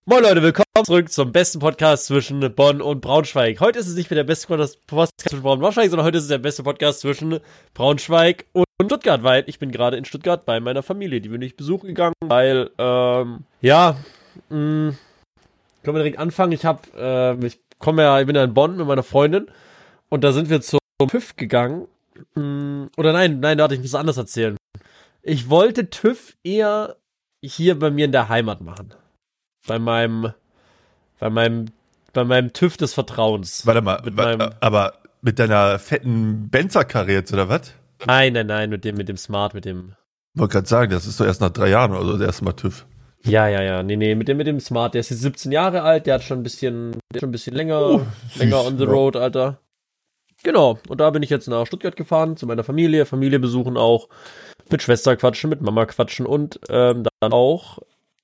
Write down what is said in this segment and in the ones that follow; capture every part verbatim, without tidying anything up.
Moin Leute, willkommen zurück zum besten Podcast zwischen Bonn und Braunschweig. Heute ist es nicht mehr der beste Podcast zwischen Bonn und Braunschweig, sondern heute ist es der beste Podcast zwischen Braunschweig und Stuttgart, weil ich bin gerade in Stuttgart bei meiner Familie. Die bin ich besuchen gegangen, weil, ähm, ja, mh, können wir direkt anfangen. Ich hab, äh, ich komme ja, ich bin ja in Bonn mit meiner Freundin und da sind wir zum TÜV gegangen. Mh, oder nein, nein, warte, ich muss anders erzählen. Ich wollte TÜV eher hier bei mir in der Heimat machen. Bei meinem, bei meinem, bei meinem TÜV des Vertrauens. Warte mal, mit wa- meinem, aber mit deiner fetten Benzer-Karre jetzt, oder was? nein, nein, nein, mit dem, mit dem Smart, mit dem, Ich wollte gerade sagen, das ist doch erst nach drei Jahren oder so das erste Mal TÜV. ja, ja, ja, nee, nee, mit dem, mit dem Smart, der ist jetzt siebzehn Jahre alt, der hat schon ein bisschen, der ist schon ein bisschen länger, Oh, länger süß, on the ja. road, Alter. Genau, und da bin ich jetzt nach Stuttgart gefahren, zu meiner Familie, Familie besuchen auch, mit Schwester quatschen, mit Mama quatschen und, ähm, dann auch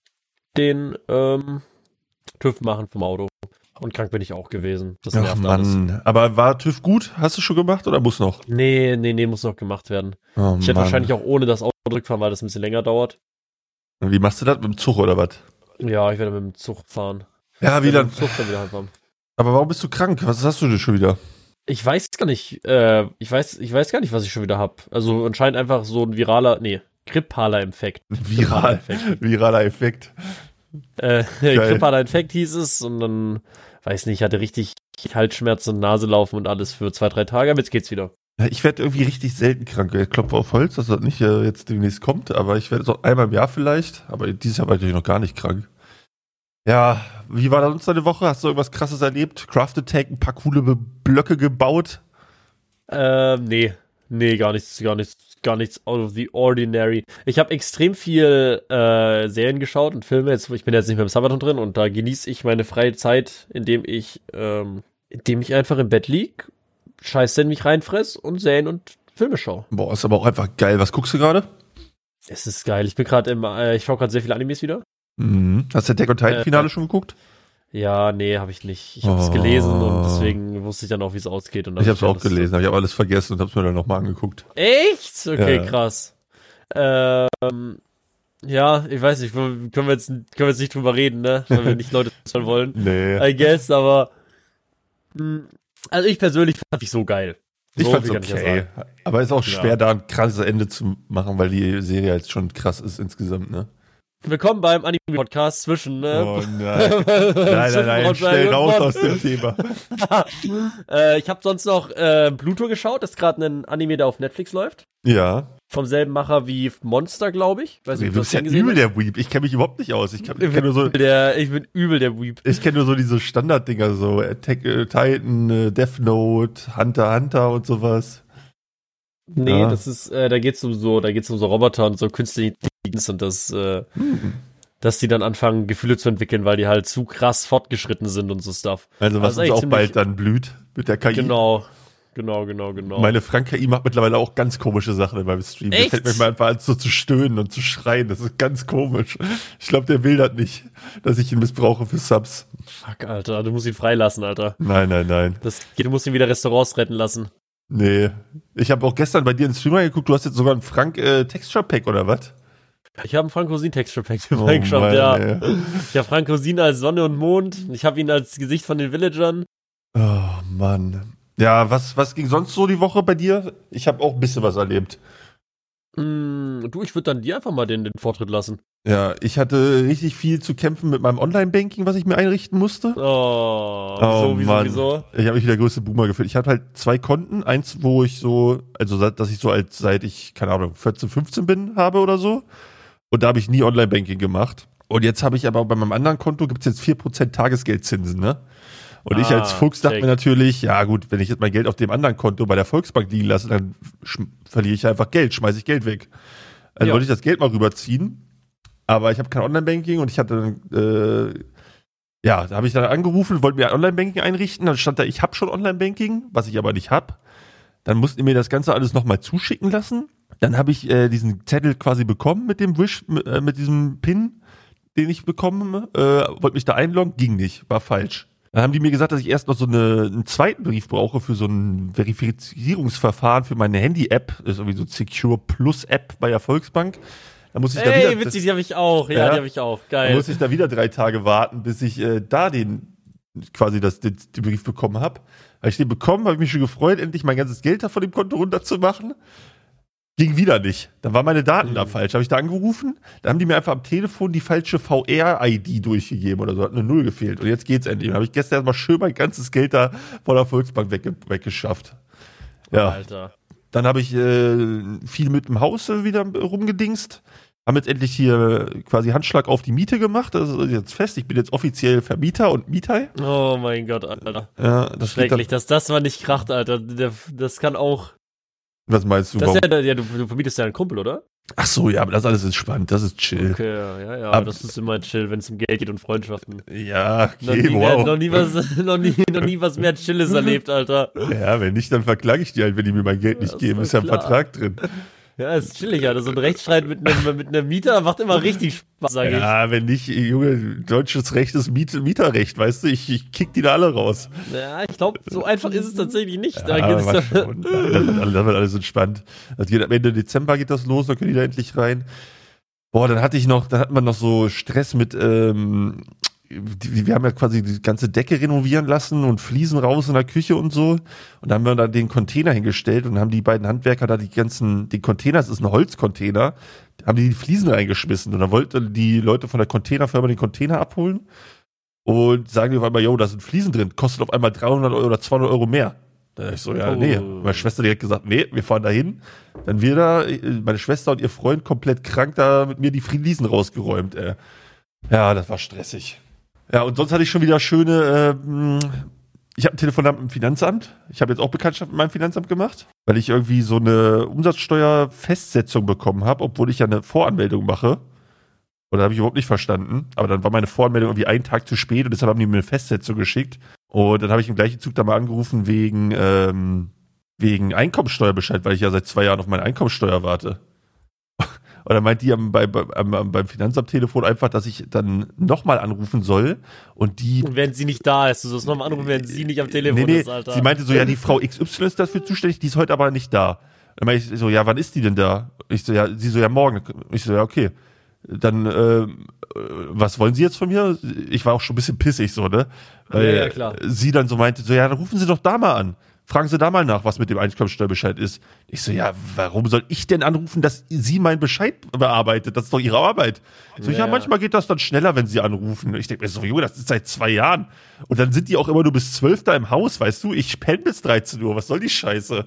den, ähm, TÜV machen vom Auto. Und krank bin ich auch gewesen. Das Ach nervt alles. Mann, aber war TÜV gut? Hast du schon gemacht oder muss noch? Nee, nee, nee, muss noch gemacht werden. Oh, Ich werde Mann. wahrscheinlich auch ohne das Auto zurückfahren, weil das ein bisschen länger dauert. Wie machst du das, mit dem Zug oder was? Ja, ich werde mit dem Zug fahren. Ja, wie Ich werde dann? mit dem Zug dann wieder heimfahren. Aber warum bist du krank? Was hast du denn schon wieder? Ich weiß gar nicht, äh, ich weiß, ich weiß gar nicht, was ich schon wieder hab. Also anscheinend einfach so ein viraler, nee, grippaler Infekt. Viral, Infekt. viraler Effekt. Äh, Geil. grippaler Infekt hieß es und dann, weiß nicht, ich hatte richtig Halsschmerzen und Naselaufen und alles für zwei, drei Tage, aber jetzt geht's wieder. Ja, ich werde irgendwie richtig selten krank. Ich klopfe auf Holz, dass das nicht äh, jetzt demnächst kommt, aber ich werde so einmal im Jahr vielleicht. Aber dieses Jahr war ich noch gar nicht krank. Ja, wie war da sonst deine Woche? Hast du irgendwas Krasses erlebt? Craft Attack, ein paar coole Be- Blöcke gebaut? Ähm, nee. Nee, gar nichts, gar nichts, gar nichts out of the ordinary. Ich habe extrem viel äh, Serien geschaut und Filme. Jetzt, ich bin jetzt nicht mehr im Sabaton drin und da genieße ich meine freie Zeit, indem ich, ähm, indem ich einfach im Bett lieg, Scheiße in mich reinfress und Serien und Filme schaue. Boah, ist aber auch einfach geil. Was guckst du gerade? Es ist geil. Ich bin gerade im, äh, ich schaue gerade sehr viele Animes wieder. Mhm. Hast du Attack on Titan Äh, Finale schon geguckt? Ja, nee, habe ich nicht. Ich habe es Oh. gelesen und deswegen wusste ich dann auch, wie es ausgeht. Und dann Ich hab's hab auch das- gelesen, aber ich habe alles vergessen und hab's mir dann nochmal angeguckt. Echt? Okay, Ja. krass. Ähm, ja, ich weiß nicht, können wir jetzt, können wir jetzt nicht drüber reden, ne? Weil wir nicht Leute zuhören wollen. Nee. I guess, aber mh, also ich persönlich fand ich so geil. Ich so fand's viel kann ich ja okay. sagen. Aber ist auch Ja. schwer, da ein krasses Ende zu machen, weil die Serie jetzt schon krass ist insgesamt, ne? Willkommen beim Anime-Podcast zwischen, ne? Oh nein. Nein, nein, nein, schnell raus aus dem Thema. äh, ich habe sonst noch äh, Pluto geschaut, das ist gerade ein Anime, der auf Netflix läuft. Ja. Vom selben Macher wie Monster, glaube ich. Weiß nicht, Du ob bist ja den gesehen übel hast. der Weep. Ich kenne mich überhaupt nicht aus. Ich, kann- ich Ich kenne nur so, bin, der, ich bin übel der Weep. ich kenne nur so diese Standarddinger, so Attack äh, Titan, äh, Death Note, Hunter x Hunter und sowas. Nee, Ja. das ist, äh, da geht's um so, da geht's um so Roboter und so künstliche Intelligenz und das, äh, Hm. dass die dann anfangen, Gefühle zu entwickeln, weil die halt zu krass fortgeschritten sind und so Stuff. Also was Also uns eigentlich auch ziemlich- bald dann blüht mit der K I. Genau, genau, genau, genau. Meine Frank-K I macht mittlerweile auch ganz komische Sachen in meinem Stream. Der Echt? fängt manchmal einfach an so zu stöhnen und zu schreien. Das ist ganz komisch. Ich glaube, der will das nicht, dass ich ihn missbrauche für Subs. Fuck, Alter, du musst ihn freilassen, Alter. Nein, nein, nein. Das, du musst ihn wieder Restaurants retten lassen. Nee. Ich habe auch gestern bei dir in den Streamer geguckt, du hast jetzt sogar einen Frank äh, Texture Pack oder was? Ich habe einen Frank Rosin Texture Pack Oh reingeschaut, Mann, ja. ey. Ich habe Frank Rosin als Sonne und Mond. Ich habe ihn als Gesicht von den Villagern. Oh Mann. Ja, was, was ging sonst so die Woche bei dir? Ich habe auch ein bisschen was erlebt. Mm, du, ich würde dann dir einfach mal den, den Vortritt lassen. Ja, ich hatte richtig viel zu kämpfen mit meinem Online-Banking, was ich mir einrichten musste. Oh, wieso, Oh, wieso, Mann. wieso? Ich habe mich wie der größte Boomer gefühlt. Ich hatte halt zwei Konten. Eins, wo ich so, also seit- dass ich so als seit ich, keine Ahnung, vierzehn, fünfzehn bin, habe oder so. Und da habe ich nie Online-Banking gemacht. Und jetzt habe ich aber bei meinem anderen Konto gibt's jetzt vier Prozent Tagesgeldzinsen, ne? Und ich Ah, als Fuchs dachte check. mir natürlich, ja gut, wenn ich jetzt mein Geld auf dem anderen Konto bei der Volksbank liegen lasse, dann schm- verliere ich einfach Geld, schmeiße ich Geld weg. Also Ja. wollte ich das Geld mal rüberziehen, aber ich habe kein Online-Banking und ich hatte dann, äh, ja, da habe ich dann angerufen, wollte mir ein Online-Banking einrichten, dann stand da, ich habe schon Online-Banking, was ich aber nicht habe. Dann mussten die mir das Ganze alles nochmal zuschicken lassen. Dann habe ich äh, diesen Zettel quasi bekommen mit dem Wish, mit, äh, mit diesem Pin, den ich bekomme, äh, wollte mich da einloggen, ging nicht, war falsch. Dann haben die mir gesagt, dass ich erst noch so eine, einen zweiten Brief brauche für so ein Verifizierungsverfahren für meine Handy-App. Das ist irgendwie so Secure Plus App bei der Volksbank. Dann muss ich da Ey, wieder, witzig, die habe ich auch. Ja, Ja. die habe ich auch. dann Geil. muss ich da wieder drei Tage warten, bis ich äh, da den quasi das, den, den Brief bekommen habe. Als ich den bekommen, habe ich mich schon gefreut, endlich mein ganzes Geld da von dem Konto runterzumachen. Ging wieder nicht. Dann waren meine Daten Mhm. da falsch. Habe ich da angerufen, da haben die mir einfach am Telefon die falsche V R-I D durchgegeben oder so, hat eine Null gefehlt. Und jetzt geht's endlich. Dann habe ich gestern erstmal schön mein ganzes Geld da von der Volksbank wegge weggeschafft. Ja. Alter. Dann habe ich äh, viel mit dem Haus äh, wieder rumgedingst. Haben jetzt endlich hier quasi Handschlag auf die Miete gemacht. Das ist jetzt fest. Ich bin jetzt offiziell Vermieter und Mieter. Oh mein Gott, Alter. Ja, das geht Schrecklich, dass das mal nicht kracht, Alter. Der, das kann auch. dann, was meinst du? Das Warum? ist ja, ja du, du vermietest ja einen Kumpel, oder? Ach so, ja, aber das alles ist spannend. Das ist chill. Okay, ja, ja. Ab- das ist immer chill, wenn es um Geld geht und Freundschaften. Ja, Noch, okay, nie mehr, wow. noch, nie was, noch, nie, noch nie was mehr Chilles erlebt, Alter. Ja, wenn nicht, dann verklage ich die halt, wenn die mir mein Geld nicht Ja, ist geben. doch Ist ja im klar. Vertrag drin. Ja, ist chillig, Alter. So ein Rechtsstreit mit einem, mit einem Mieter macht immer richtig Spaß, sag ich. Ja, wenn nicht, Junge, deutsches Recht ist Miet Mieterrecht, weißt du? Ich, ich kick die da alle raus. Ja, ich glaube, so einfach ist es tatsächlich nicht. Da Ja, geht's war da, schon. Das wird, alles, das wird alles entspannt. Das geht am Ende Dezember geht das los, da können die da endlich rein. Boah, dann hatte ich noch, dann hatten wir noch so Stress mit, ähm, die, wir haben ja quasi die ganze Decke renovieren lassen und Fliesen raus in der Küche und so. Und da haben wir da den Container hingestellt und haben die beiden Handwerker da die ganzen, den Container, das ist ein Holzcontainer, haben die die Fliesen reingeschmissen. Und dann wollten die Leute von der Containerfirma den Container abholen und sagen die auf einmal, yo, da sind Fliesen drin, kostet auf einmal dreihundert Euro oder zweihundert Euro mehr. Da dachte ich so, ja, Oh. nee. Meine Schwester direkt gesagt, nee, wir fahren da hin. Dann wir da, meine Schwester und ihr Freund komplett krank da mit mir die Fliesen rausgeräumt, ey. Ja, das war stressig. Ja, und sonst hatte ich schon wieder schöne, ähm, ich habe ein Telefonat mit dem Finanzamt. Ich habe jetzt auch Bekanntschaft mit meinem Finanzamt gemacht, weil ich irgendwie so eine Umsatzsteuerfestsetzung bekommen habe, obwohl ich ja eine Voranmeldung mache. Oder habe ich überhaupt nicht verstanden. Aber dann war meine Voranmeldung irgendwie einen Tag zu spät und deshalb haben die mir eine Festsetzung geschickt. Und dann habe ich im gleichen Zug da mal angerufen wegen, ähm, wegen Einkommensteuerbescheid, weil ich ja seit zwei Jahren auf meine Einkommensteuer warte. Und dann meint die am, bei, am, am, beim Finanzamttelefon einfach, dass ich dann nochmal anrufen soll und die... Und wenn sie nicht da ist, du sollst nochmal anrufen, wenn sie nicht am Telefon nee, nee, ist, Alter. sie meinte so, ja, die Frau X Y ist dafür zuständig, die ist heute aber nicht da. Dann meinte ich so, ja, wann ist die denn da? Ich so, ja, sie so, ja, morgen. Ich so, ja, okay. Dann, äh, was wollen Sie jetzt von mir? Ich war auch schon ein bisschen pissig so, ne? Weil Ja, ja, klar. sie dann so meinte, so, ja, dann rufen Sie doch da mal an. Fragen Sie da mal nach, was mit dem Einkommensteuerbescheid ist. Ich so, ja, warum soll ich denn anrufen, dass sie meinen Bescheid bearbeitet? Das ist doch Ihre Arbeit. So, ja, Ja. manchmal geht das dann schneller, wenn Sie anrufen. Ich denke mir so, Junge, das ist seit zwei Jahren. Und dann sind die auch immer nur bis zwölf da im Haus, weißt du? Ich penne bis dreizehn Uhr. Was soll die Scheiße?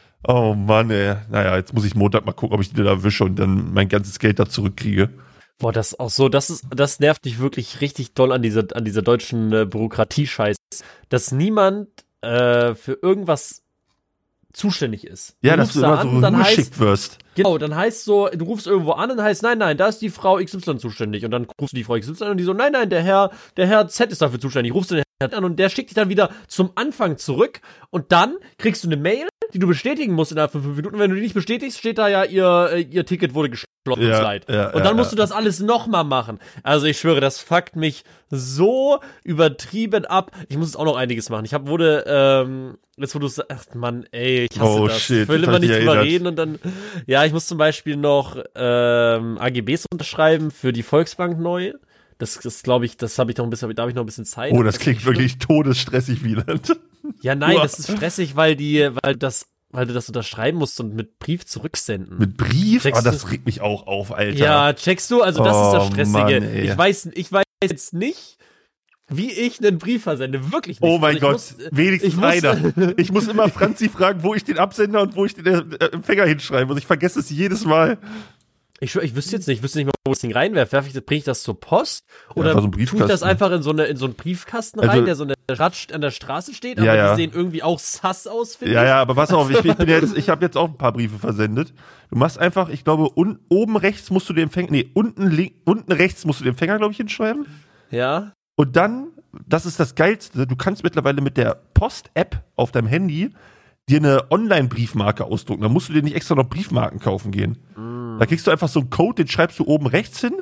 Oh Mann, ey. Naja, jetzt muss ich Montag mal gucken, ob ich die da erwische und dann mein ganzes Geld da zurückkriege. Boah, das ist auch so, das ist, das nervt mich wirklich richtig doll an dieser, an dieser deutschen äh, Bürokratie-Scheiß, dass niemand äh, für irgendwas zuständig ist. Ja, Du dass rufst du da immer an, so dann heißt, rumgeschickt wirst. genau, dann heißt so, du rufst irgendwo an und heißt, nein, nein, da ist die Frau X Y zuständig. Und dann rufst du die Frau X Y an und die so, nein, nein, der Herr, der Herr Z ist dafür zuständig. Rufst du den Herrn an und der schickt dich dann wieder zum Anfang zurück und dann kriegst du eine Mail, die du bestätigen musst innerhalb von fünf Minuten. Wenn du die nicht bestätigst, steht da ja, ihr, äh, ihr Ticket wurde geschlossen. Ja, Leid. ja, und dann ja, musst ja. du das alles nochmal machen. Also ich schwöre, das fuckt mich so übertrieben ab. Ich muss jetzt auch noch einiges machen. Ich hab, wurde, ähm, jetzt wo du sagst, Mann, ey, ich hasse Oh, das. shit, ich will das immer hat dich nicht drüber erinnert. reden und dann, ja, ich muss zum Beispiel noch ähm, A G Bs unterschreiben für die Volksbank neu. Das, das glaube ich, das habe ich noch ein bisschen, da habe ich noch ein bisschen Zeit. Oh, das ist klingt nicht schlimm. wirklich todesstressig wieder. Ja, nein, Uah. das ist stressig, weil die, weil das, weil du das unterschreiben musst und mit Brief zurücksenden. Mit Brief? Checkst Ah, das du- regt mich auch auf, Alter. Ja, checkst du? Also das Oh, ist das Stressige. Mann, ey. ich weiß, ich weiß jetzt nicht, wie ich einen Brief versende. Wirklich nicht. Oh mein Also Gott, ich muss, wenigstens ich muss- einer. Ich muss immer Franzi fragen, wo ich den Absender und wo ich den äh, Empfänger hinschreibe. Also ich vergesse es jedes Mal. Ich schwör, ich wüsste jetzt nicht, ich wüsste nicht mal, wo ich das Ding reinwerfe. Werfe ich, bringe ich das zur Post? Oder einfach so ein tue ich das Briefkasten. einfach in so, eine, in so einen Briefkasten Also- rein, der so an der, Stadt, an der Straße steht? Ja, Aber ja. die sehen irgendwie auch sass aus, finde Ja, ich. ja, aber pass auf, ich, ich bin jetzt, ich habe jetzt auch ein paar Briefe versendet. Du machst einfach, ich glaube, un, oben rechts musst du den Empfänger, nee, unten, link, unten rechts musst du den Empfänger, glaube ich, hinschreiben. Ja. Und dann, das ist das Geilste, du kannst mittlerweile mit der Post-App auf deinem Handy dir eine Online-Briefmarke ausdrucken. Da musst du dir nicht extra noch Briefmarken kaufen gehen. Da kriegst du einfach so einen Code, den schreibst du oben rechts hin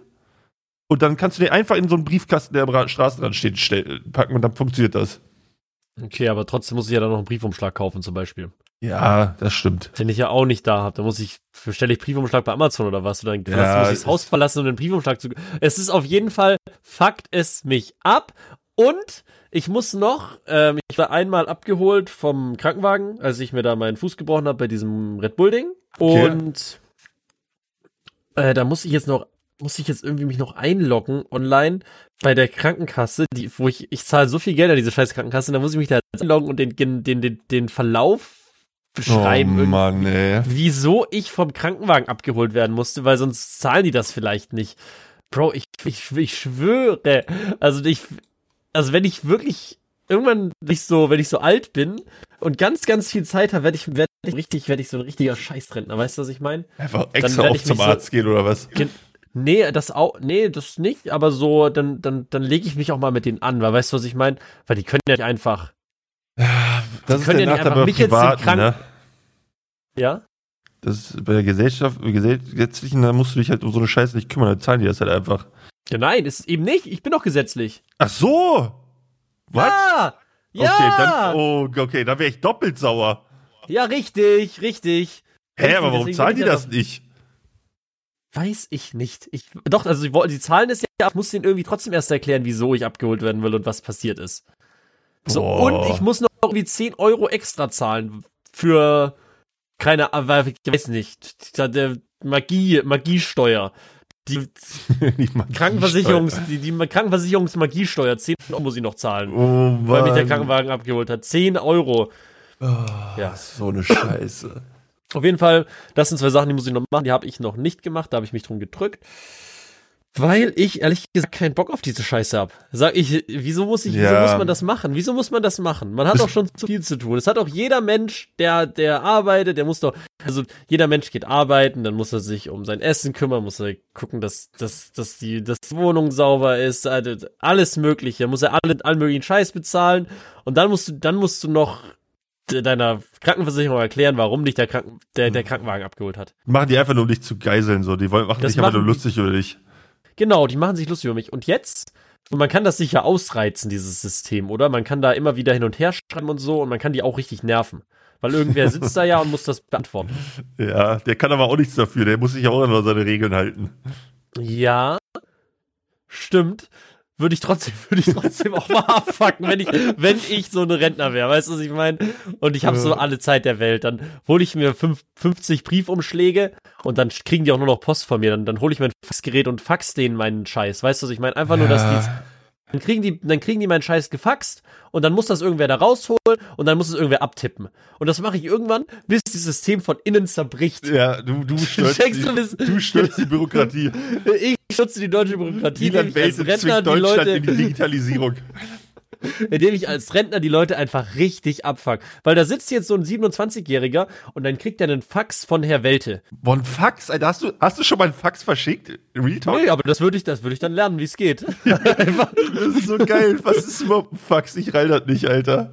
und dann kannst du den einfach in so einen Briefkasten, der am Ra- Straßenrand steht, stell, packen und dann funktioniert das. Okay, aber trotzdem muss ich ja dann noch einen Briefumschlag kaufen, zum Beispiel. Ja, das stimmt. Den ich ja auch nicht da habe. Da muss ich, bestelle ich Briefumschlag bei Amazon oder was? Oder dann Ja, muss ich das Haus verlassen und den Briefumschlag zu. Es ist auf jeden Fall, fuckt es mich ab. Und ich muss noch, ähm, ich war einmal abgeholt vom Krankenwagen, als ich mir da meinen Fuß gebrochen habe bei diesem Red Bull-Ding. Okay. Und äh, da muss ich jetzt noch, muss ich jetzt irgendwie mich noch einloggen online bei der Krankenkasse, die, wo ich, ich zahle so viel Geld an diese scheiß Krankenkasse, da muss ich mich da einloggen und den, den, den, den Verlauf beschreiben. Oh Mann, ey. Wieso ich vom Krankenwagen abgeholt werden musste, weil sonst zahlen die das vielleicht nicht. Bro, ich, ich, ich schwöre, also ich, also wenn ich wirklich irgendwann nicht so, wenn ich so alt bin und ganz, ganz viel Zeit habe, werde ich, werde ich richtig, werde ich so ein richtiger Scheißrentner, weißt du, was ich meine? Einfach Dann extra werd oft ich mich zum so- Arzt gehen oder was? Nee, das auch, nee, das nicht, aber so, dann, dann, dann lege ich mich auch mal mit denen an, weil weißt du, was ich meine? Weil die können ja nicht einfach, Das ist können der ja nicht Nachteil einfach bei mich jetzt Privaten, in ne? ja? Das ist bei der Gesellschaft, gesetzlichen, da musst du dich halt um so eine Scheiße nicht kümmern, dann zahlen die das halt einfach. Ja, nein, ist eben nicht, ich bin doch gesetzlich. Ach so! Was? Ja! Ja! Okay, dann, oh, okay, dann wäre ich doppelt sauer. Ja, richtig, richtig. Hä, Richtig, aber warum deswegen zahlen bin die ich ja das doch- nicht? Weiß ich nicht. Ich, doch, also sie, wollen- sie zahlen es ja, ich muss denen irgendwie trotzdem erst erklären, wieso ich abgeholt werden will und was passiert ist. So, Boah. und ich muss noch irgendwie zehn Euro extra zahlen für keine, aber ich weiß nicht, der Magie, Magiesteuer. Die Die Magiesteuer. Krankenversicherungs, die, die Krankenversicherungsmagiesteuer, zehn Euro muss ich noch zahlen, Oh weil mich der Mann. Krankenwagen abgeholt hat. zehn Euro. Oh, Ja. so eine Scheiße. Auf jeden Fall, das sind zwei Sachen, die muss ich noch machen, die habe ich noch nicht gemacht, da habe ich mich drum gedrückt. Weil ich ehrlich gesagt keinen Bock auf diese Scheiße habe. Sag ich, wieso muss ich, wieso Ja. muss man das machen? Wieso muss man das machen? Man hat doch schon zu viel zu tun. Es hat auch jeder Mensch, der, der arbeitet, der muss doch, also jeder Mensch geht arbeiten, dann muss er sich um sein Essen kümmern, muss er gucken, dass, dass, dass die, dass die Wohnung sauber ist, also alles Mögliche, muss er alle, allen möglichen Scheiß bezahlen und dann musst du, dann musst du noch deiner Krankenversicherung erklären, warum dich der, Kranken, der, der Krankenwagen abgeholt hat. Machen die einfach nur, um dich zu geiseln, so. Die wollen, machen Das dich einfach machen nur die- lustig über dich. Genau, die machen sich lustig über mich. Und jetzt, und man kann das sicher ausreizen, dieses System, oder? Man kann da immer wieder hin und her schreiben und so und man kann die auch richtig nerven. Weil irgendwer sitzt da ja und muss das beantworten. Ja, der kann aber auch nichts dafür. Der muss sich ja auch an seine Regeln halten. Ja, stimmt. Würde ich trotzdem, würde ich trotzdem auch mal abfucken, wenn ich, wenn ich so eine Rentner wäre, weißt du, was ich meine? Und ich habe so alle Zeit der Welt, dann hole ich mir fünf, fünfzig Briefumschläge und dann kriegen die auch nur noch Post von mir, dann, dann hole ich mein Faxgerät und fax denen meinen Scheiß, weißt du, was ich meine? Einfach nur, dass die, dann kriegen die, dann kriegen die meinen Scheiß gefaxt und dann muss das irgendwer da rausholen und dann muss es irgendwer abtippen. Und das mache ich irgendwann, bis das System von innen zerbricht. Ja, du, du stürzt Checkst die, du das? du stürzt die Bürokratie. Ich schütze die deutsche Bürokratie, Wieland indem ich als Welt Rentner zwingt die Deutschland Leute, in die Digitalisierung. indem ich als Rentner die Leute einfach richtig abfuck. Weil da sitzt jetzt so ein siebenundzwanzigjähriger und dann kriegt er einen Fax von Herr Welte. Bon Fax, Alter, hast du, hast du schon mal einen Fax verschickt? Real Talk? Nee, aber das würde ich, das würde ich dann lernen, wie es geht. Einfach. Das ist so geil. Was ist überhaupt ein Fax? Ich reil das nicht, Alter.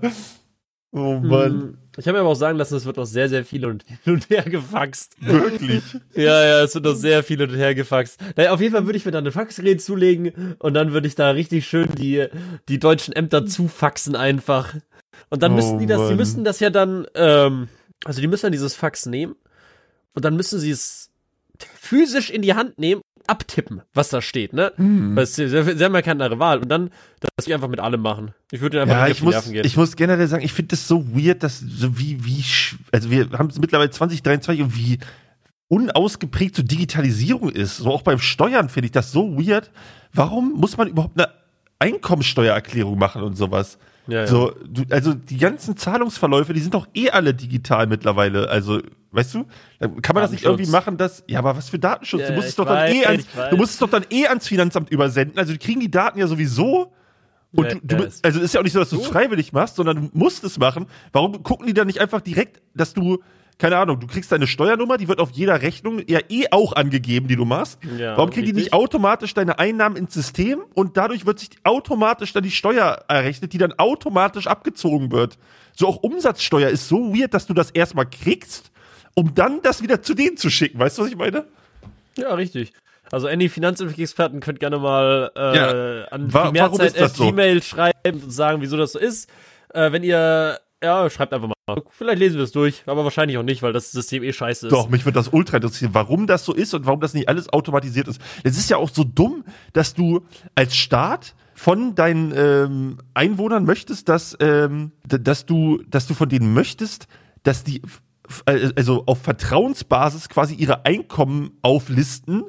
Oh Mann. Ich habe mir aber auch sagen lassen, es wird noch sehr, sehr viel und hin und her gefaxt. Wirklich. Ja, ja, es wird noch sehr viel hin und her gefaxt. Naja, auf jeden Fall würde ich mir dann ein Faxgerät zulegen und dann würde ich da richtig schön die, die deutschen Ämter zufaxen einfach. Und dann Oh müssten die das, die Mann. müssten das ja dann, ähm, also die müssen dann dieses Fax nehmen und dann müssen sie es physisch in die Hand nehmen, abtippen, was da steht, ne? Hm. Weil sie, sie haben ja keine andere Wahl und dann, das will ich einfach mit allem machen. Ich würde einfach Ja, nicht auf ich die muss, Nerven gehen. ich muss generell sagen, ich finde das so weird, dass so wie, wie, sch- also wir haben es mittlerweile zwanzig dreiundzwanzig und wie unausgeprägt so Digitalisierung ist. So auch beim Steuern finde ich das so weird. Warum muss man überhaupt eine Einkommensteuererklärung machen und sowas? ja, ja. So, du, also die ganzen Zahlungsverläufe, die sind doch eh alle digital mittlerweile. Also, weißt du, da kann man das nicht Datenschutz. irgendwie machen, dass, ja, aber was für Datenschutz? Ja, du musst ich es doch dann weiß, eh ans, ich weiß. du musst es doch dann eh ans Finanzamt übersenden. Also die kriegen die Daten ja sowieso. Und Ja, du, du, ja, bist- also es ist ja auch nicht so, dass du es So? freiwillig machst, sondern du musst es machen. Warum gucken die dann nicht einfach direkt, dass du, keine Ahnung, du kriegst deine Steuernummer, die wird auf jeder Rechnung ja eh auch angegeben, die du machst. Ja, Warum kriegen die richtig. nicht automatisch deine Einnahmen ins System und dadurch wird sich automatisch dann die Steuer errechnet, die dann automatisch abgezogen wird? So auch Umsatzsteuer ist so weird, dass du das erstmal kriegst, um dann das wieder zu denen zu schicken. Weißt du, was ich meine? Ja, richtig. Also any Finanzexperten könnt gerne mal äh, Ja. an Wa- warum ist das so? Gmail schreiben und sagen, wieso das so ist. Äh, wenn ihr, ja, schreibt einfach mal Vielleicht lesen wir es durch, aber wahrscheinlich auch nicht, weil das System eh scheiße ist. Doch, mich würde das ultra interessieren, warum das so ist und warum das nicht alles automatisiert ist. Es ist ja auch so dumm, dass du als Staat von deinen ähm, Einwohnern möchtest, dass, ähm, d- dass du, dass du von denen möchtest, dass die f- also auf Vertrauensbasis quasi ihre Einkommen auflisten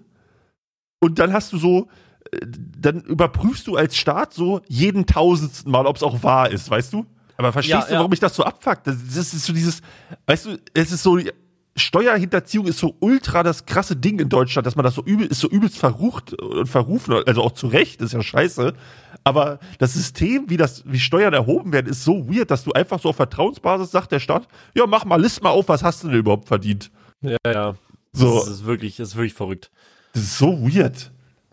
und dann hast du so, äh, dann überprüfst du als Staat so jeden tausendsten Mal, ob es auch wahr ist, weißt du? Aber verstehst Ja, du, ja. warum ich das so abfuckt? Das, das ist so dieses, weißt du, es ist so, Steuerhinterziehung ist so ultra das krasse Ding in Deutschland, dass man das so übel, ist so übelst verrucht und verrufen, also auch zu Recht, ist ja scheiße. Aber das System, wie das, wie Steuern erhoben werden, ist so weird, dass du einfach so auf Vertrauensbasis sagt der Staat, ja, mach mal, list mal auf, was hast du denn überhaupt verdient? Ja, ja. So. Das ist wirklich, das ist wirklich verrückt. Das ist so weird.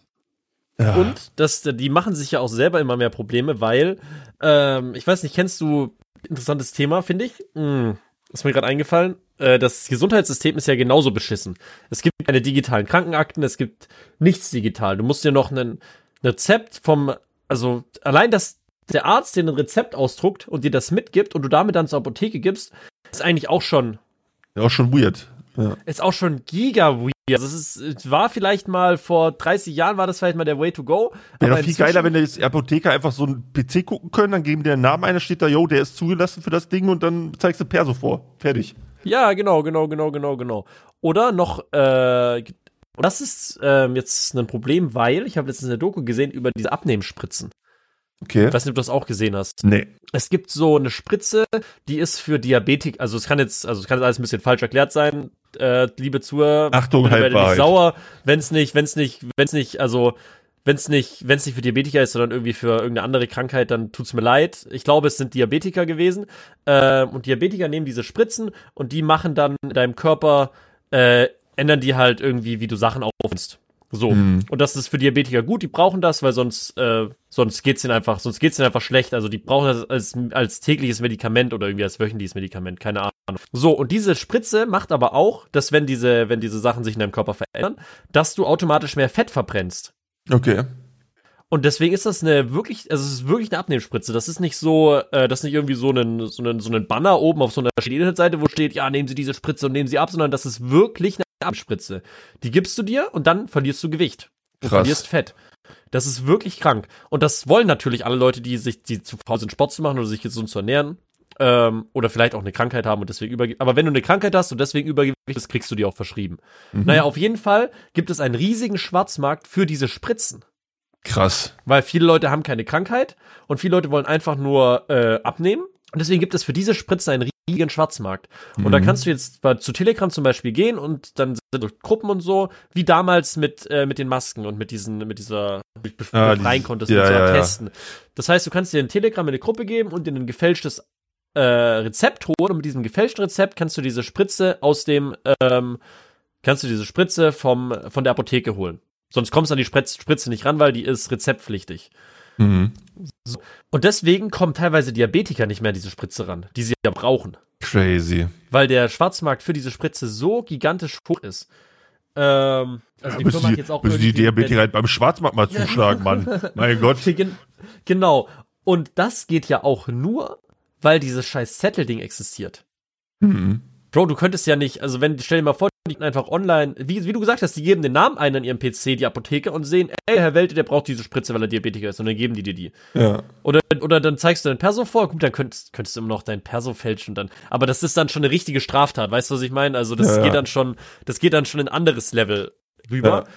Ja. Und das, die machen sich ja auch selber immer mehr Probleme, weil, ähm, ich weiß nicht, kennst du, interessantes Thema, finde ich, hm, ist mir gerade eingefallen, äh, das Gesundheitssystem ist ja genauso beschissen. Es gibt keine digitalen Krankenakten, es gibt nichts digital. Du musst dir noch ein Rezept vom, also allein, dass der Arzt dir ein Rezept ausdruckt und dir das mitgibt und du damit dann zur Apotheke gibst, ist eigentlich auch schon Ja, auch schon weird. Ja. ist auch schon giga weird. Also es ist, es war vielleicht mal vor dreißig Jahren war das vielleicht mal der Way to go. Wäre doch viel geiler, wenn der jetzt Apotheker einfach so einen P C gucken können, dann geben die einen Namen ein, da steht da, yo, der ist zugelassen für das Ding und dann zeigst du Perso vor. Fertig. Ja, genau, genau, genau, genau, genau. Oder noch, äh, das ist ähm, jetzt ein Problem, weil ich habe letztens eine Doku gesehen über diese Abnehmspritzen. Okay. Ich weiß nicht, ob du das auch gesehen hast. Nee. Es gibt so eine Spritze, die ist für Diabetik, also es kann jetzt, also es kann jetzt alles ein bisschen falsch erklärt sein, äh, liebe Zuhörer. Achtung, bitte werdet nicht Halbwahrheit. sauer, wenn's nicht, wenn's nicht, wenn's nicht, also wenn's nicht, wenn's nicht für Diabetiker ist, sondern irgendwie für irgendeine andere Krankheit, dann tut's mir leid. Ich glaube, es sind Diabetiker gewesen. Äh, und Diabetiker nehmen diese Spritzen und die machen dann in deinem Körper, äh, ändern die halt irgendwie, wie du Sachen aufnimmst. So. Mhm. Und das ist für Diabetiker gut, die brauchen das, weil sonst, äh, sonst geht's denen einfach, sonst geht's denen einfach schlecht. Also die brauchen das als, als tägliches Medikament oder irgendwie als wöchentliches Medikament, keine Ahnung. So, und diese Spritze macht aber auch, dass wenn diese, wenn diese Sachen sich in deinem Körper verändern, dass du automatisch mehr Fett verbrennst. Okay. Und deswegen ist das eine wirklich, also es ist wirklich eine Abnehmspritze. Das ist nicht so, äh, das ist nicht irgendwie so ein, so ein, so ein Banner oben auf so einer Internetseite, wo steht, ja, nehmen Sie diese Spritze und nehmen Sie ab, sondern das ist wirklich eine Abspritze. Die gibst du dir und dann verlierst du Gewicht. Du Krass. verlierst Fett. Das ist wirklich krank. Und das wollen natürlich alle Leute, die sich, die zu faul sind, Sport zu machen oder sich gesund zu ernähren. Ähm, oder vielleicht auch eine Krankheit haben und deswegen Übergewicht. Aber wenn du eine Krankheit hast und deswegen Übergewicht bist, kriegst du die auch verschrieben. Mhm. Naja, auf jeden Fall gibt es einen riesigen Schwarzmarkt für diese Spritzen. Krass. Weil viele Leute haben keine Krankheit und viele Leute wollen einfach nur äh, abnehmen. Und deswegen gibt es für diese Spritzen einen riesigen Schwarzmarkt. Und Mhm. da kannst du jetzt bei, zu Telegram zum Beispiel gehen und dann sind durch Gruppen und so, wie damals mit, äh, mit den Masken und mit diesen, mit dieser, be- Ah, befreien dieses- konntest, ja, mit so ja, ja. testen. Das heißt, du kannst dir in Telegram eine Gruppe geben und dir ein gefälschtes äh, Rezept holen und mit diesem gefälschten Rezept kannst du diese Spritze aus dem, ähm, kannst du diese Spritze vom, von der Apotheke holen. Sonst kommst du an die Spritz, Spritze nicht ran, weil die ist rezeptpflichtig. Mhm. Und deswegen kommen teilweise Diabetiker nicht mehr an diese Spritze ran, die sie ja brauchen. Crazy. Weil der Schwarzmarkt für diese Spritze so gigantisch hoch ist. Ähm, also die müssen Firma hat die, jetzt auch müssen die irgendwie- Diabetiker halt beim Schwarzmarkt mal zuschlagen, Mann. Mein Gott. Gen- Genau. Und das geht ja auch nur, weil dieses scheiß Zettelding existiert. Mhm. Bro, du könntest ja nicht, also wenn, stell dir mal vor, die gehen einfach online, wie, wie du gesagt hast, die geben den Namen ein an ihrem P C, die Apotheke, und sehen, ey, Herr Welte, der braucht diese Spritze, weil er Diabetiker ist, und dann geben die dir die. Ja. Oder, oder dann zeigst du dein Perso vor, gut, dann könntest, könntest du immer noch dein Perso fälschen dann. Aber das ist dann schon eine richtige Straftat, weißt du, was ich meine? Also das Ja, ja. geht dann schon, das geht dann schon in ein anderes Level rüber.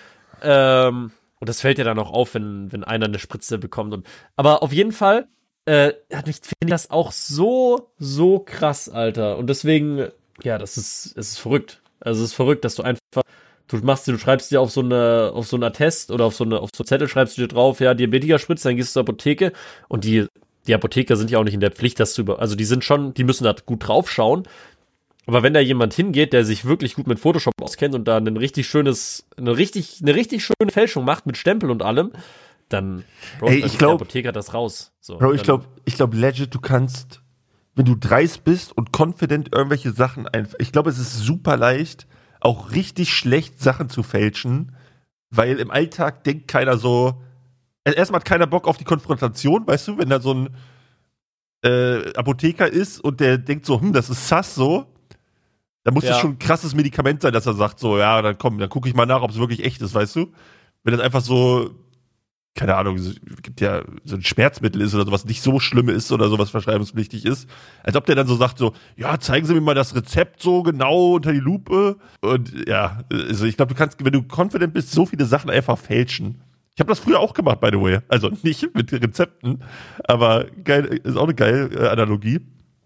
Ähm, und das fällt ja dann auch auf, wenn, wenn einer eine Spritze bekommt. Und, aber auf jeden Fall, äh, finde ich das auch so, so krass, Alter. Und deswegen, ja, das ist, es ist verrückt. Also es ist verrückt, dass du einfach, du machst dir, du schreibst dir auf so eine, auf so einen Attest oder auf so eine, auf so einen Zettel schreibst du dir drauf, ja, Diabetikerspritze, dann gehst du zur Apotheke und die, die Apotheker sind ja auch nicht in der Pflicht, das zu über, also die sind schon, die müssen da gut drauf schauen. Aber wenn da jemand hingeht, der sich wirklich gut mit Photoshop auskennt und da ein richtig schönes, eine richtig, eine richtig schöne Fälschung macht mit Stempel und allem, dann, Bro, Ey, dann ich nimmt glaub- der Apotheker das raus. So, Bro, ich dann- glaube, ich glaube legit, du kannst, wenn du dreist bist und confident irgendwelche Sachen einfach, ich glaube, es ist super leicht, auch richtig schlecht Sachen zu fälschen, weil im Alltag denkt keiner so, also erstmal hat keiner Bock auf die Konfrontation, weißt du, wenn da so ein, äh, Apotheker ist und der denkt so, hm, das ist Sass so, dann muss Ja. das schon ein krasses Medikament sein, dass er sagt so, ja, dann komm, dann gucke ich mal nach, ob es wirklich echt ist, weißt du? Wenn das einfach so, keine Ahnung, es gibt ja so ein Schmerzmittel ist oder sowas nicht so schlimm ist oder sowas verschreibungspflichtig ist, als ob der dann so sagt so, ja, zeigen Sie mir mal das Rezept so genau unter die Lupe und ja, also ich glaube, du kannst, wenn du confident bist, so viele Sachen einfach fälschen. Ich habe das früher auch gemacht, by the way. Also nicht mit Rezepten, aber geil, ist auch eine geile äh, Analogie.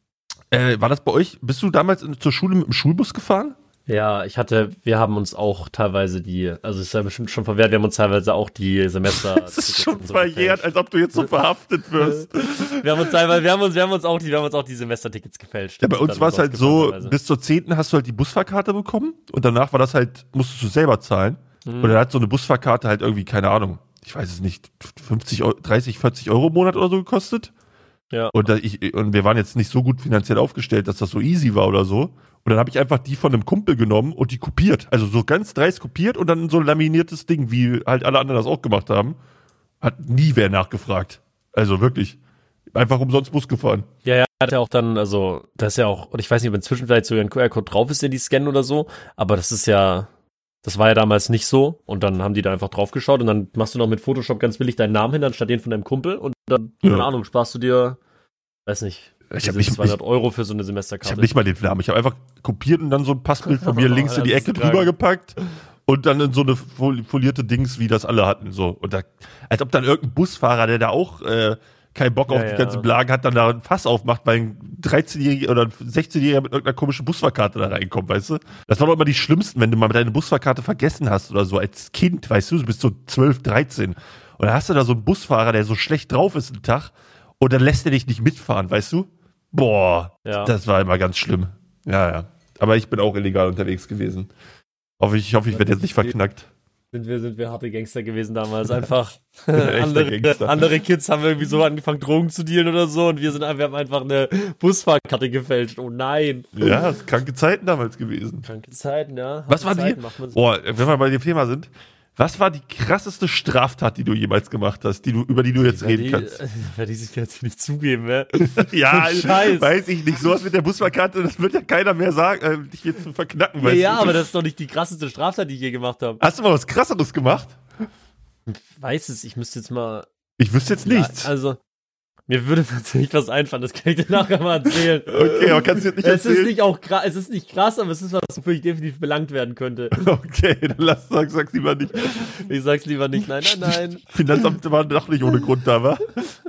Äh, war das bei euch, bist du damals in, zur Schule mit dem Schulbus gefahren? Ja, ich hatte, wir haben uns auch teilweise die, also ist ja bestimmt schon verwehrt, wir haben uns teilweise auch die Semester. Das ist schon verjährt, als ob du jetzt so verhaftet wirst. Wir haben uns teilweise, wir haben uns, wir haben uns auch die, wir haben uns auch die Semestertickets gefälscht. Ja, bei uns war es halt so, bis zur zehnten hast du halt die Busfahrkarte bekommen und danach war das halt, musstest du selber zahlen. Mhm. Und dann hat so eine Busfahrkarte halt irgendwie, keine Ahnung, ich weiß es nicht, fünfzig, dreißig, vierzig Euro im Monat oder so gekostet. Ja. Und, da ich, und wir waren jetzt nicht so gut finanziell aufgestellt, dass das so easy war oder so. Und dann habe ich einfach die von einem Kumpel genommen und die kopiert. Also so ganz dreist kopiert und dann so ein laminiertes Ding, wie halt alle anderen das auch gemacht haben. Hat nie wer nachgefragt. Also wirklich. Einfach umsonst Bus gefahren. Ja, ja, hat ja auch dann, also, das ist ja auch, und ich weiß nicht, ob inzwischen vielleicht sogar ein Q R-Code drauf ist, den die scannen oder so, aber das ist ja, das war ja damals nicht so. Und dann haben die da einfach drauf geschaut und dann machst du noch mit Photoshop ganz billig deinen Namen hin, anstatt den von deinem Kumpel und dann, Ja. keine Ahnung, sparst du dir, weiß nicht, Ich habe nicht, zweihundert ich, Euro für so eine Semesterkarte. ich hab nicht mal den Namen. Ich habe einfach kopiert und dann so ein Passbild von mir links in die Das Ecke ist krank. drüber gepackt und dann in so eine fol- folierte Dings, wie das alle hatten. So. Und da, als ob dann irgendein Busfahrer, der da auch äh, keinen Bock auf Ja, die ja. ganzen Blagen hat, dann da ein Fass aufmacht, weil ein dreizehnjähriger oder ein sechzehnjähriger mit irgendeiner komischen Busfahrkarte da reinkommt, weißt du? Das waren doch immer die schlimmsten, wenn du mal deine Busfahrkarte vergessen hast oder so als Kind, weißt du, du bist so zwölf, dreizehn. Und dann hast du da so einen Busfahrer, der so schlecht drauf ist einen Tag und dann lässt er dich nicht mitfahren, weißt du? Boah, Ja. das war immer ganz schlimm. Ja, ja. Aber ich bin auch illegal unterwegs gewesen. Hoffe ich, ich hoffe, ich werde jetzt nicht verknackt. Sind wir, sind wir harte Gangster gewesen damals. Einfach ein echter andere, Gangster. andere Kids haben irgendwie so angefangen, Drogen zu dealen oder so und wir sind wir haben einfach eine Busfahrkarte gefälscht. Oh nein. Ja, das sind kranke Zeiten damals gewesen. Kranke Zeiten, ja. Was Harte war die? Zeiten, macht man so. Boah, wenn wir bei dem Thema sind, was war die krasseste Straftat, die du jemals gemacht hast, die du, über die du jetzt reden die, kannst? Werde ich sich jetzt nicht zugeben, ne? Ja, Scheiß. weiß ich nicht. Sowas mit der Busfahrkarte, das wird ja keiner mehr sagen, äh, dich jetzt zu verknacken, Ja, weißt ja, du? aber das ist doch nicht die krasseste Straftat, die ich je gemacht habe. Hast du mal was Krasseres gemacht? Weiß es, ich müsste jetzt mal. Ich wüsste jetzt nichts. Ja, also, mir würde tatsächlich was einfallen, das kann ich dir nachher mal erzählen. Okay, aber kannst du jetzt nicht Es ist erzählen? nicht auch krass, es ist nicht krass, aber es ist was, wofür ich definitiv belangt werden könnte. Okay, dann lass, sag, sag's lieber nicht. Ich sag's lieber nicht, nein, nein, nein. Finanzamt war doch nicht ohne Grund da, wa?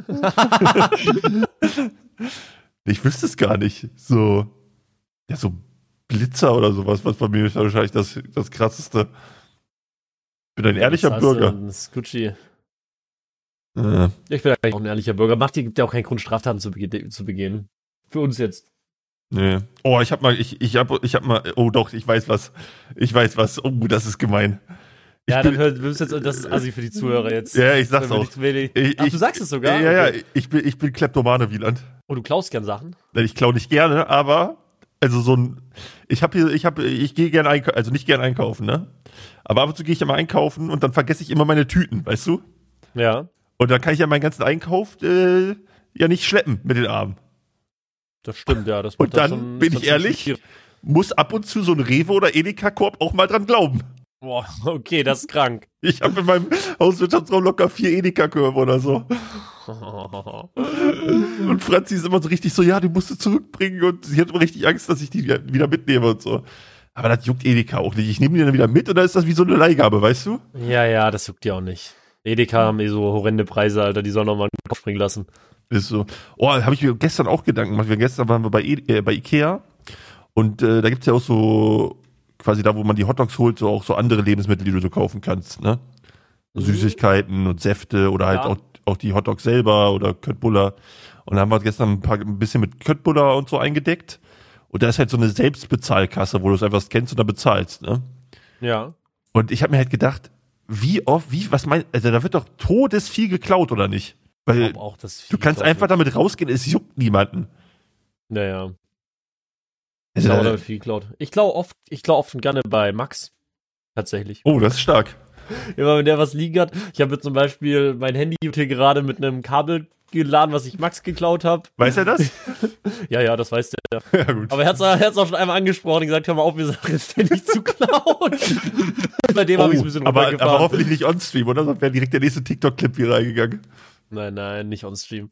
Ich wüsste es gar nicht. So, ja, so Blitzer oder sowas, was bei mir ist wahrscheinlich das, das krasseste. Ich bin ein ehrlicher Das hast du, Bürger. Das ist Gucci. Äh, Ich bin eigentlich auch ein ehrlicher Bürger. Macht dir gibt ja auch keinen Grund, Straftaten zu, bege zu begehen. Für uns jetzt. nee. Oh, ich hab mal, ich, ich hab, ich hab mal, oh doch, ich weiß was. Ich weiß was. Oh, das ist gemein. Ich Ja, bin, dann hört, wir müssen jetzt, das ist assi für die Zuhörer jetzt. ja, ich sag's Wenn wir auch. nicht wenig- Ich- Ach, ich- du sagst es sogar? Ja, ja, Okay. ich bin, ich bin Kleptomane, Wieland. Oh, du klaust gern Sachen? Ich klaue nicht gerne, aber also so ein, ich habe hier, ich habe, ich gehe gerne einkaufen, also nicht gern einkaufen, ne? Aber ab und zu gehe ich immer einkaufen und dann vergesse ich immer meine Tüten, weißt du? Ja. Und dann kann ich ja meinen ganzen Einkauf äh, ja nicht schleppen mit den Armen. Das stimmt, ja. Das Und macht das dann schon, bin ist ich dann schon ehrlich, schwierig. muss ab und zu so ein Rewe oder Edeka-Korb auch mal dran glauben. Boah, okay, das ist krank. Ich habe in meinem Hauswirtschaftsraum locker vier Edeka-Körbe oder so. Und Franzi ist immer so richtig so, ja, die musst du zurückbringen und sie hat immer richtig Angst, dass ich die wieder mitnehme und so. Aber das juckt Edeka auch nicht. Ich nehme die dann wieder mit und dann ist das wie so eine Leihgabe, weißt du? Ja, ja, das juckt ja auch nicht. Edeka haben eh so horrende Preise, Alter, die sollen noch mal einen Kopf springen lassen. Ist so. Oh, habe ich mir gestern auch Gedanken gemacht. Wir gestern waren wir bei, e äh, bei Ikea und äh, da gibt's ja auch so quasi da, wo man die Hotdogs holt, so auch so andere Lebensmittel, die du so kaufen kannst, ne? So Mhm. Süßigkeiten und Säfte oder halt Ja. auch, auch die Hotdogs selber oder Köttbullar. Und da haben wir gestern ein, paar, ein bisschen mit Köttbullar und so eingedeckt. Und da ist halt so eine Selbstbezahlkasse, wo du es einfach kennst und dann bezahlst, ne? Ja. Und ich habe mir halt gedacht, wie oft, wie, was mein, also da wird doch todesviel geklaut, oder nicht? Ich Weil glaub auch, das du kannst einfach damit rausgehen, es juckt niemanden. Naja. Also, Ich da- klaue viel geklaut. Ich klaue oft, ich klaue oft und gerne bei Max. Tatsächlich. oh, das ist stark. Immer wenn der was liegen hat. Ich habe jetzt zum Beispiel mein Handy hier gerade mit einem Kabel geladen, was ich Max geklaut habe. Weiß er das? Ja, ja, das weiß der. Ja, gut. Aber er hat es auch schon einmal angesprochen und gesagt, hör mal auf, mir Sachen ständig zu klauen. Bei dem Oh, habe ich ein bisschen aber, runtergefahren. aber hoffentlich nicht on-stream, oder? Sonst wäre direkt der nächste TikTok-Clip hier reingegangen. Nein, nein, nicht on Stream.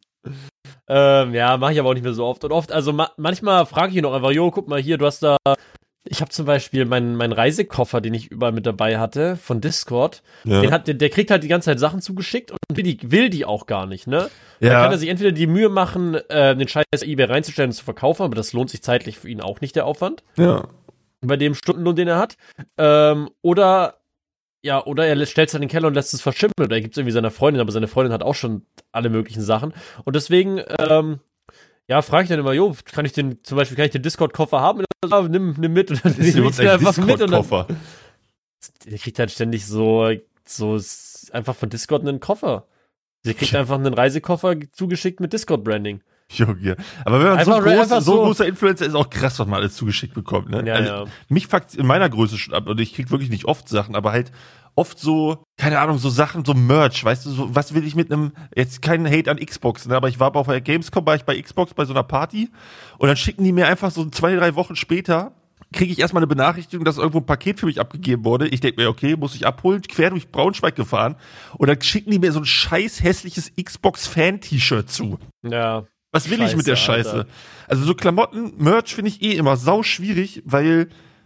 Ähm, ja, mache ich aber auch nicht mehr so oft. Und oft, also ma- manchmal frage ich ihn auch einfach, jo, guck mal hier, du hast da, ich habe zum Beispiel meinen meinen Reisekoffer, den ich überall mit dabei hatte, von Discord, Ja. den hat, der, der kriegt halt die ganze Zeit Sachen zugeschickt und will die, will die auch gar nicht, ne? Ja. Dann kann er sich entweder die Mühe machen, äh, den Scheiß auf eBay reinzustellen und zu verkaufen, aber das lohnt sich zeitlich für ihn auch nicht, der Aufwand, Ja. bei dem Stundenlohn, den er hat. Ähm, oder Ja, oder er stellt es in den Keller und lässt es verschimmeln. Oder er gibt es irgendwie seiner Freundin, aber seine Freundin hat auch schon alle möglichen Sachen. Und deswegen, ähm, ja, frage ich dann immer, jo, kann ich den, zum Beispiel, kann ich den Discord-Koffer haben? Und er so, ah, nimm, nimm mit. Und dann Das ist nehme ich ein mir einfach mit. Und dann, Discord-Koffer. der kriegt halt ständig so, so s- einfach von Discord einen Koffer. Sie kriegt einfach einen Reisekoffer zugeschickt mit Discord-Branding. Junge. Aber wenn man Einfach so, ra- groß, einfach so so- großer Influencer ist, auch krass, was man alles zugeschickt bekommt. Ne? Ja, also, ja. Mich fuckt in meiner Größe schon ab und ich krieg wirklich nicht oft Sachen, aber halt oft so, keine Ahnung, so Sachen, so Merch, weißt du, so, was will ich mit einem, jetzt kein Hate an Xbox, ne, aber ich war auf der Gamescom, war ich bei Xbox bei so einer Party und dann schicken die mir einfach so zwei, drei Wochen später, kriege ich erstmal eine Benachrichtigung, dass irgendwo ein Paket für mich abgegeben wurde. Ich denke mir, okay, muss ich abholen, quer durch Braunschweig gefahren und dann schicken die mir so ein scheiß hässliches Xbox-Fan-T-Shirt zu. Ja. Was will ich mit der Scheiße, Scheiße? Alter. Also so Klamotten, Merch finde ich eh immer sau schwierig, weil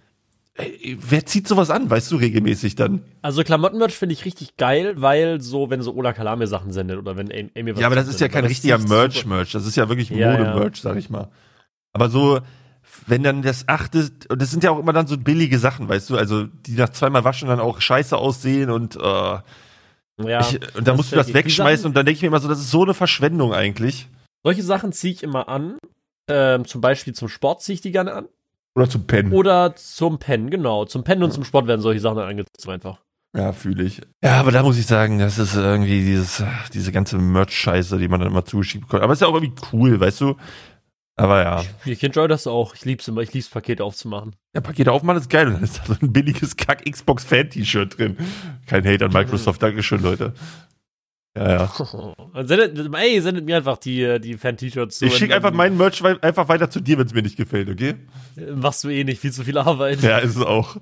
ey, wer zieht sowas an, weißt du, regelmäßig dann? Also Klamottenmerch finde ich richtig geil, weil so, wenn so Ola Kalame Sachen sendet oder wenn Amy Amy was Ja, aber das ist ja sendet, kein weil richtiger ist super. Merch-Merch, das ist ja wirklich Ja, Mode-Merch, sag ich mal. Aber so, wenn dann das achte, und das sind ja auch immer dann so billige Sachen, weißt du, also die nach zweimal waschen dann auch scheiße aussehen und, äh, Ja, ich, und dann musst du das die wegschmeißen Sachen- und dann denke ich mir immer so, das ist so eine Verschwendung eigentlich. Solche Sachen ziehe ich immer an. Ähm, zum Beispiel zum Sport ziehe ich die gerne an. Oder zum Pennen. Oder zum Pennen, genau. Zum Pennen und zum Sport werden solche Sachen dann angezogen einfach. Ja, fühle ich. Ja, aber da muss ich sagen, das ist irgendwie dieses, diese ganze Merch-Scheiße, die man dann immer zugeschickt bekommt. Aber ist ja auch irgendwie cool, weißt du? Aber ja. Ich, ich enjoy das auch. Ich lieb's immer. Ich lieb's, Pakete aufzumachen. Ja, Pakete aufmachen ist geil. Und dann ist da so ein billiges Kack-Xbox-Fan-T-Shirt drin. Kein Hate an Microsoft. Dankeschön, Leute. Ja, ja. sendet, ey, sendet mir einfach die, die Fan-T-Shirts zu. Ich schicke einfach meinen Merch wei- einfach weiter zu dir, wenn es mir nicht gefällt, okay? Machst du eh nicht. Viel zu viel Arbeit. Ja, ist es auch.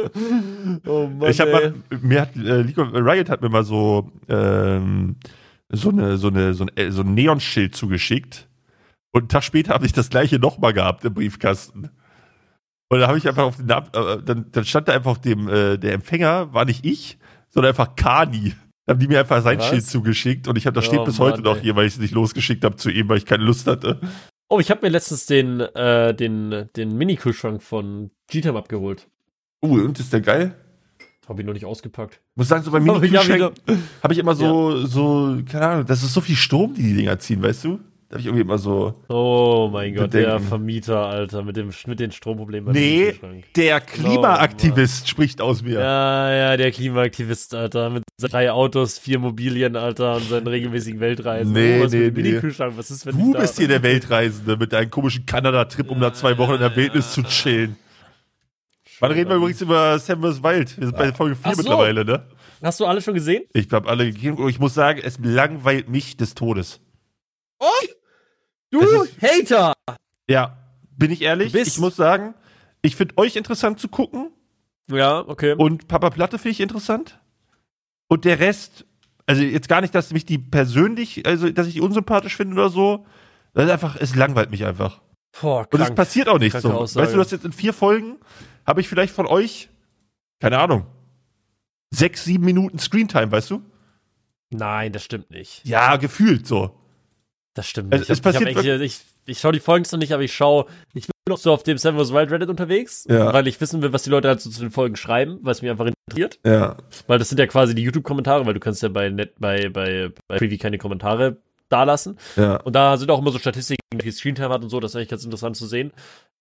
Oh Mann, Ich habe ey. mal, mir hat, äh, League of, Riot hat mir mal so, ähm, so eine, so eine, so ein, äh, so ein Neonschild zugeschickt. Und einen Tag später habe ich das gleiche nochmal gehabt im Briefkasten. Und da habe ich einfach auf den, Namen- äh, dann, dann stand da einfach auf dem, äh, der Empfänger war nicht ich, sondern einfach Kani. Da haben die mir einfach sein Was? Schild zugeschickt und ich habe das steht Oh bis heute Mann, noch ey. hier, weil ich es nicht losgeschickt habe zu ihm, weil ich keine Lust hatte. Oh, ich habe mir letztens den, äh, den, den Mini-Kühlschrank von G-Time abgeholt. Uh, und ist der geil? Hab ich noch nicht ausgepackt. Muss sagen, so bei Aber ja, Mini-Kühlschränken habe ich immer so, so, keine Ahnung, das ist so viel Strom, die die Dinger ziehen, weißt du? Da habe ich irgendwie immer so, Oh mein Gott, der Bedenken. Vermieter, Alter, mit, dem, mit den Stromproblemen beim nee, Kühlschrank. der Klimaaktivist spricht aus mir. Ja, ja, der Klimaaktivist, Alter, mit seinen drei Autos, vier Mobilien, Alter, und seinen regelmäßigen Weltreisen. Nee, oh, was nee, mit dem nee. Mini-Kühlschrank, was ist, wenn Du ich da... bist hier der Weltreisende mit deinem komischen Kanada-Trip, um da zwei Wochen in der Wildnis zu chillen. Wann reden wir übrigens über Sam vs. Wild? Wir sind bei Folge vier Ach so. mittlerweile, ne? Hast du alle schon gesehen? Ich habe alle gegeben und ich muss sagen, es langweilt mich des Todes. Oh! Du Es Hater! Ja, bin ich ehrlich? Du bist- Ich muss sagen, ich finde euch interessant zu gucken Ja, okay. und Papa Platte finde ich interessant. Und der Rest, also jetzt gar nicht, dass mich die persönlich, also dass ich die unsympathisch finde oder so. Das ist einfach, es langweilt mich einfach. Boah, Und es krank. passiert auch nicht Kranke so. Aussage. Weißt du, du hast jetzt in vier Folgen, habe ich vielleicht von euch, keine Ahnung, sechs, sieben Minuten Screentime, weißt du? Nein, das stimmt nicht. Ja, gefühlt so. Das stimmt Es- nicht. es ich hab, ich, passiert hab eigentlich, ich, ich schaue die Folgen noch nicht, aber ich schaue, ich bin noch so auf dem Seven vs. Wild Reddit unterwegs, Ja. weil ich wissen will, was die Leute halt so zu den Folgen schreiben, weil es mich einfach interessiert. Ja. Weil das sind ja quasi die YouTube-Kommentare, weil du kannst ja bei Net, bei, bei, bei Preview keine Kommentare dalassen. Ja. Und da sind auch immer so Statistiken, wie viel Screentime hat und so, das ist eigentlich ganz interessant zu sehen.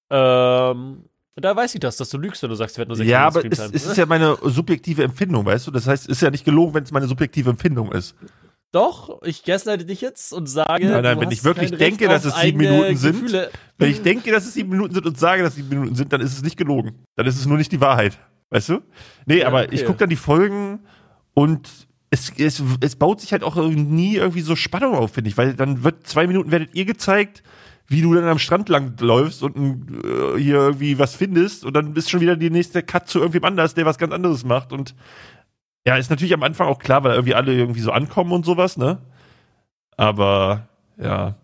Ähm, da weiß ich das, dass du lügst, wenn du sagst, wir hätten nur sechs Ja, Minuten aber es, Screentime. es ist ja meine subjektive Empfindung, weißt du? Das heißt, es ist ja nicht gelogen, wenn es meine subjektive Empfindung ist. Doch, ich gaslighte dich jetzt und sage, Nein, nein, du wenn hast ich wirklich kein denke, Recht dass auf es sieben eigene Minuten sind, Gefühle. Wenn ich denke, dass es sieben Minuten sind und sage, dass es sieben Minuten sind, dann ist es nicht gelogen. Dann ist es nur nicht die Wahrheit. Weißt du? Nee, Ja, aber okay. ich gucke dann die Folgen und es, es, es baut sich halt auch nie irgendwie so Spannung auf, finde ich, weil dann wird zwei Minuten werdet ihr gezeigt, wie du dann am Strand lang läufst und äh, hier irgendwie was findest und dann ist schon wieder die nächste Cut zu irgendwem anders, der was ganz anderes macht und ja, ist natürlich am Anfang auch klar, weil irgendwie alle irgendwie so ankommen und sowas, ne? Aber, ja.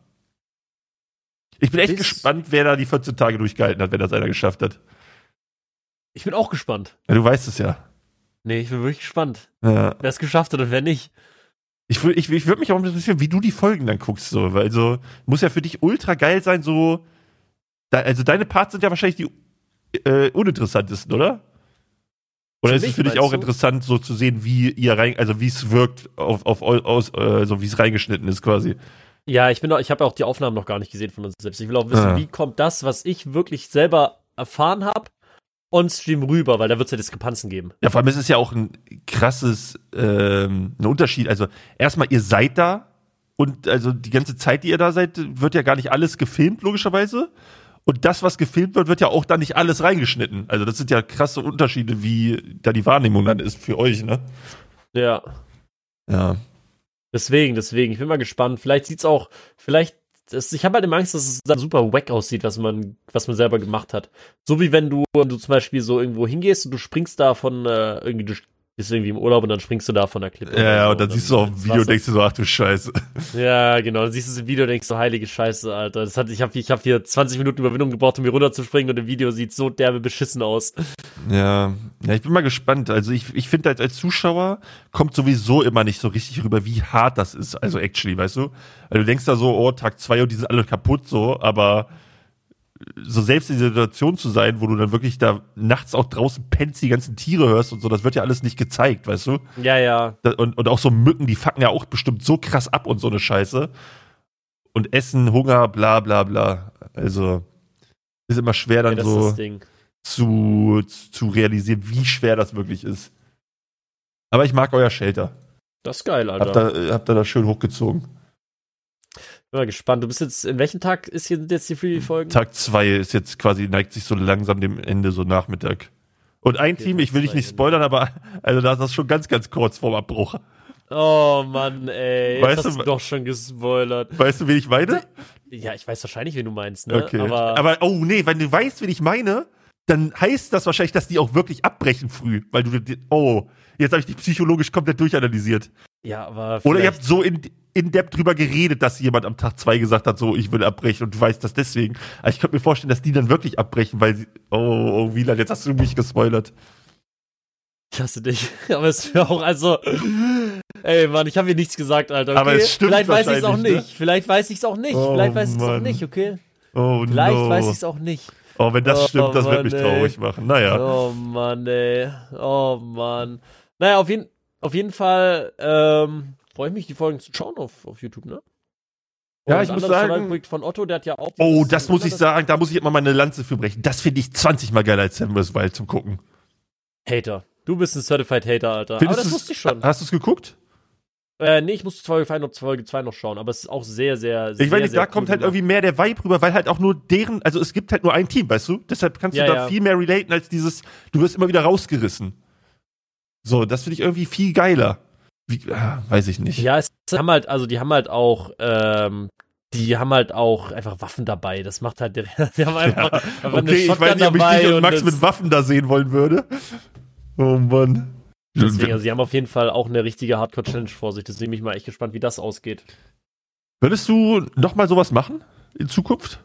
Ich bin echt Bis- gespannt, wer da die vierzehn Tage durchgehalten hat, wenn das einer geschafft hat. Ich bin auch gespannt. Ja, du weißt es ja. Nee, ich bin wirklich gespannt. Ja. Wer es geschafft hat und wer nicht. Ich, wür- ich, ich würde mich auch interessieren, wie du die Folgen dann guckst, so, weil so, muss ja für dich ultra geil sein, so, da, also deine Parts sind ja wahrscheinlich die äh, uninteressantesten, oder? Oder Für ist es mich, für dich meinst auch du? interessant, so zu sehen, wie ihr rein, also wie es wirkt, auf, auf eu- aus, äh, so wie es reingeschnitten ist, quasi? Ja, ich bin auch, ich habe auch die Aufnahmen noch gar nicht gesehen von uns selbst. Ich will auch wissen, Ah. wie kommt das, was ich wirklich selber erfahren habe, on-stream rüber, weil da wird es ja Diskrepanzen geben. Ja, vor allem ist es ja auch ein krasses, ähm, ein Unterschied. Also, erstmal, ihr seid da und also die ganze Zeit, die ihr da seid, wird ja gar nicht alles gefilmt, logischerweise. Und das, was gefilmt wird, wird ja auch dann nicht alles reingeschnitten. Also, das sind ja krasse Unterschiede, wie da die Wahrnehmung dann ist für euch, ne? Ja. Ja. Deswegen, deswegen, ich bin mal gespannt. Vielleicht sieht's auch, vielleicht, das, ich habe halt immer Angst, dass es dann super wack aussieht, was man, was man selber gemacht hat. So wie wenn du, wenn du zum Beispiel so irgendwo hingehst und du springst da von, äh, irgendwie, du bist irgendwie im Urlaub und dann springst du da von der Klippe. Ja, ja, oder und so dann siehst du auch ein ins Video und Wasser. denkst du so, ach du Scheiße. Ja, genau, dann siehst du es im Video und denkst so, heilige Scheiße, Alter. Das hat, ich habe ich hab hier zwanzig Minuten Überwindung gebraucht, um hier runterzuspringen und im Video sieht so derbe beschissen aus. Ja, ja, ich bin mal gespannt. Also ich, ich finde als, als Zuschauer kommt sowieso immer nicht so richtig rüber, wie hart das ist. Also actually, weißt du? Also du denkst da so, oh, Tag zwei und die sind alle kaputt so, aber so selbst in der Situation zu sein, wo du dann wirklich da nachts auch draußen pennst, die ganzen Tiere hörst und so, das wird ja alles nicht gezeigt, weißt du? Ja, ja. Da, und, und auch so Mücken, die fucken ja auch bestimmt so krass ab und so eine Scheiße. Und Essen, Hunger, bla bla bla. Also ist immer schwer ja dann das ist so das Ding. zu, zu realisieren, wie schwer das wirklich ist. Aber ich mag euer Shelter. Das ist geil, Habt Alter. ihr, habt ihr das schön hochgezogen. Bin mal gespannt. Du bist jetzt, in welchem Tag ist hier jetzt die Free-Folgen? Tag zwei ist jetzt quasi, neigt sich so langsam dem Ende, so Nachmittag. Und ein Okay, Team, Tag ich will dich zwei, nicht spoilern, aber also da ist das schon ganz, ganz kurz vorm Abbruch. Oh Mann, ey. Jetzt Weißt hast du- du doch schon gespoilert. Weißt du, wen ich meine? Ja, ich weiß wahrscheinlich, wen du meinst, ne? Okay. Aber, Aber, oh nee, wenn du weißt, wen ich meine, dann heißt das wahrscheinlich, dass die auch wirklich abbrechen früh. Weil du, oh, jetzt habe ich dich psychologisch komplett durchanalysiert. ja, aber Oder ihr vielleicht- habt so in, in depth drüber geredet, dass jemand am Tag zwei gesagt hat, so, ich will abbrechen und du weißt das deswegen. Aber ich könnte mir vorstellen, dass die dann wirklich abbrechen, weil sie, oh, oh, Wieland, jetzt hast du mich gespoilert. Ich hasse dich. Aber es wäre auch, also. Ey, Mann, ich habe hier nichts gesagt, Alter. Okay? Aber es stimmt Vielleicht weiß ich es auch wahrscheinlich, nicht. Vielleicht weiß ich es auch nicht. Oh, Vielleicht weiß ich es auch Mann. nicht, okay? Oh, Vielleicht no. weiß ich es auch nicht. Oh, wenn das Oh, stimmt, das wird Mann, mich ey. traurig machen. Naja. Oh Mann, ey. Oh Mann. Naja, auf jeden, auf jeden Fall ähm, freue ich mich, die Folgen zu schauen auf, auf YouTube, ne? Ja, Und ich das muss andere sagen- Projekt von Otto, der hat ja auch. Oh, dieses- das muss ich sagen, da muss ich immer meine Lanze für brechen. Das finde ich zwanzig Mal geiler als Seven versus. Wild zum Gucken. Hater. Du bist ein Certified Hater, Alter. Findest aber das du's- wusste ich schon. Hast du es geguckt? Äh, nee, ich musste Folge eins und Folge zwei noch schauen, aber es ist auch sehr, sehr, sehr, Ich weiß nicht, sehr da kommt cool halt gemacht. irgendwie mehr der Vibe rüber, weil halt auch nur deren, also es gibt halt nur ein Team, weißt du? Deshalb kannst du Ja, da ja. viel mehr relaten als dieses, du wirst immer wieder rausgerissen. So, das finde ich irgendwie viel geiler. Wie, ah, weiß ich nicht. Ja, es die haben halt, also die haben halt auch, ähm, die haben halt auch einfach Waffen dabei. Das macht halt, die haben einfach, einfach eine Okay, ich Shotgun weiß nicht, ob ich dabei dich und und Max das- mit Waffen da sehen wollen würde. Oh Mann. Deswegen, also sie haben auf jeden Fall auch eine richtige Hardcore-Challenge vor sich. Deswegen bin ich mal echt gespannt, wie das ausgeht. Würdest du noch mal sowas machen in Zukunft?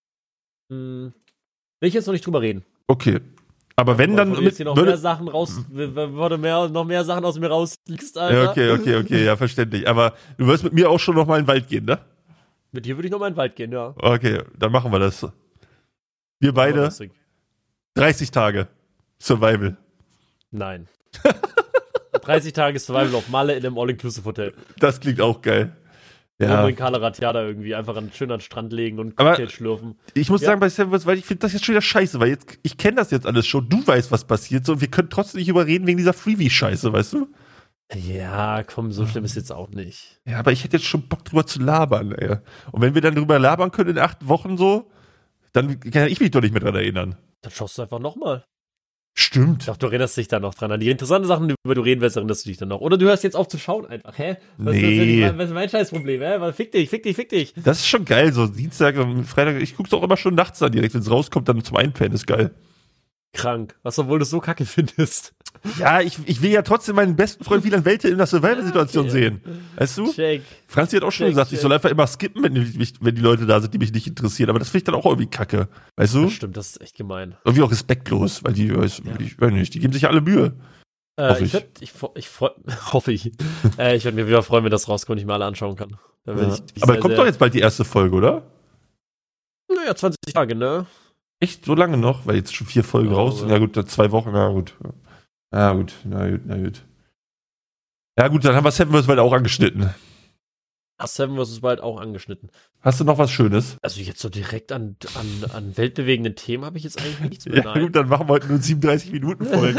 Hm, will ich jetzt noch nicht drüber reden. Okay. Aber wenn dann Bevor du jetzt hier noch würde- mehr Sachen raus, wurde mehr, noch mehr Sachen aus mir rausliegst, Alter. Ja, okay, okay, okay, ja, verständlich. Aber du wirst mit mir auch schon noch mal in den Wald gehen, ne? Mit dir würde ich noch mal in den Wald gehen, ja. Okay, dann machen wir das. Wir beide Lustig. dreißig Tage Survival. Nein. dreißig Tage Survival auf Malle in einem All-Inclusive-Hotel. Das klingt auch geil. Ja. Ja. In Kala Ratjada irgendwie einfach an, schön an den Strand legen und Aber- Cocktail schlürfen. Ich muss Ja. sagen, bei Seven versus. Wild, ich finde das jetzt schon wieder scheiße, weil jetzt, ich kenne das jetzt alles schon. Du weißt, was passiert, so, und wir können trotzdem nicht überreden wegen dieser Freebie-Scheiße, weißt du? Ja, komm, so schlimm ist jetzt auch nicht. Ja, aber ich hätte jetzt schon Bock drüber zu labern, ey. Und wenn wir dann drüber labern können in acht Wochen so, dann kann ich mich doch nicht mehr dran erinnern. Dann schaust du einfach nochmal. Stimmt. Doch, du erinnerst dich da noch dran. An die interessanten Sachen, über die du reden willst, erinnerst du dich dann noch. Oder du hörst jetzt auf zu schauen einfach, hä? Was, Nee. was, was ist mein Scheißproblem, hä? Was, fick dich, fick dich, fick dich. Das ist schon geil, so Dienstag und Freitag. Ich guck's auch immer schon nachts an, direkt, wenn es rauskommt, dann zum Einpennen, ist geil. Krank. Was, obwohl du es so kacke findest. Ja, ich, ich will ja trotzdem meinen besten Freund Wieland Welte in der Survival-Situation Okay. sehen. Weißt du? Check. Franzi hat auch schon Check, gesagt, check. ich soll einfach immer skippen, wenn die, mich- wenn die Leute da sind, die mich nicht interessieren. Aber das finde ich dann auch irgendwie kacke. Weißt du? Das stimmt, das ist echt gemein. Irgendwie auch respektlos, weil die, weiß, Ja. ich weiß nicht, die geben sich ja alle Mühe. Äh, Hoffe ich ich. würd, ich, fro- ich freu, hoffe ich. äh, ich würde mir wieder freuen, wenn das rauskommt und ich mir alle anschauen kann. Dann werd Ja. ich mich Aber sehr, kommt sehr, doch jetzt bald die erste Folge, oder? Naja, zwanzig Tage, ne? Echt so lange noch? Weil jetzt schon vier Folgen Ja, raus sind. aber- Ja gut, dann zwei Wochen, na gut. Na gut, na gut, na gut. Ja gut, dann haben wir Seven versus. Wild auch angeschnitten. Seven versus. Wild auch angeschnitten. Hast du noch was Schönes? Also jetzt so direkt an, an, an weltbewegenden Themen habe ich jetzt eigentlich nichts mehr. Ja Nein. gut, dann machen wir heute nur siebenunddreißig Minuten Folge.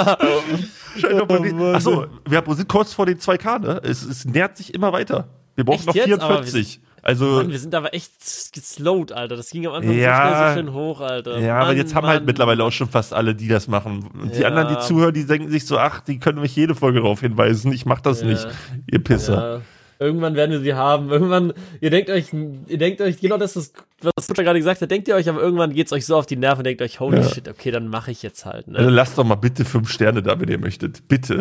Achso, wir sind kurz vor den zwei K, ne? Es, es nähert sich immer weiter. Wir brauchen Echt noch jetzt? Aber vierundvierzig. Also, Mann, wir sind aber echt geslowt, Alter. Das ging am Anfang Ja. so schnell so schön hoch, Alter. ja, Mann, aber jetzt haben halt Mann. mittlerweile auch schon fast alle, die das machen. Und die Ja. anderen, die zuhören, die denken sich so, ach, die können mich jede Folge darauf hinweisen. Ich mach das Ja. nicht, ihr Pisser. Ja. Irgendwann werden wir sie haben. Irgendwann, ihr denkt euch, ihr denkt euch, genau das ist, was Mutter gerade gesagt hat, denkt ihr euch, aber irgendwann geht's euch so auf die Nerven und denkt euch, holy Ja. shit, okay, dann mache ich jetzt halt, Also ne? lasst doch mal bitte fünf Sterne da, wenn ihr möchtet. Bitte.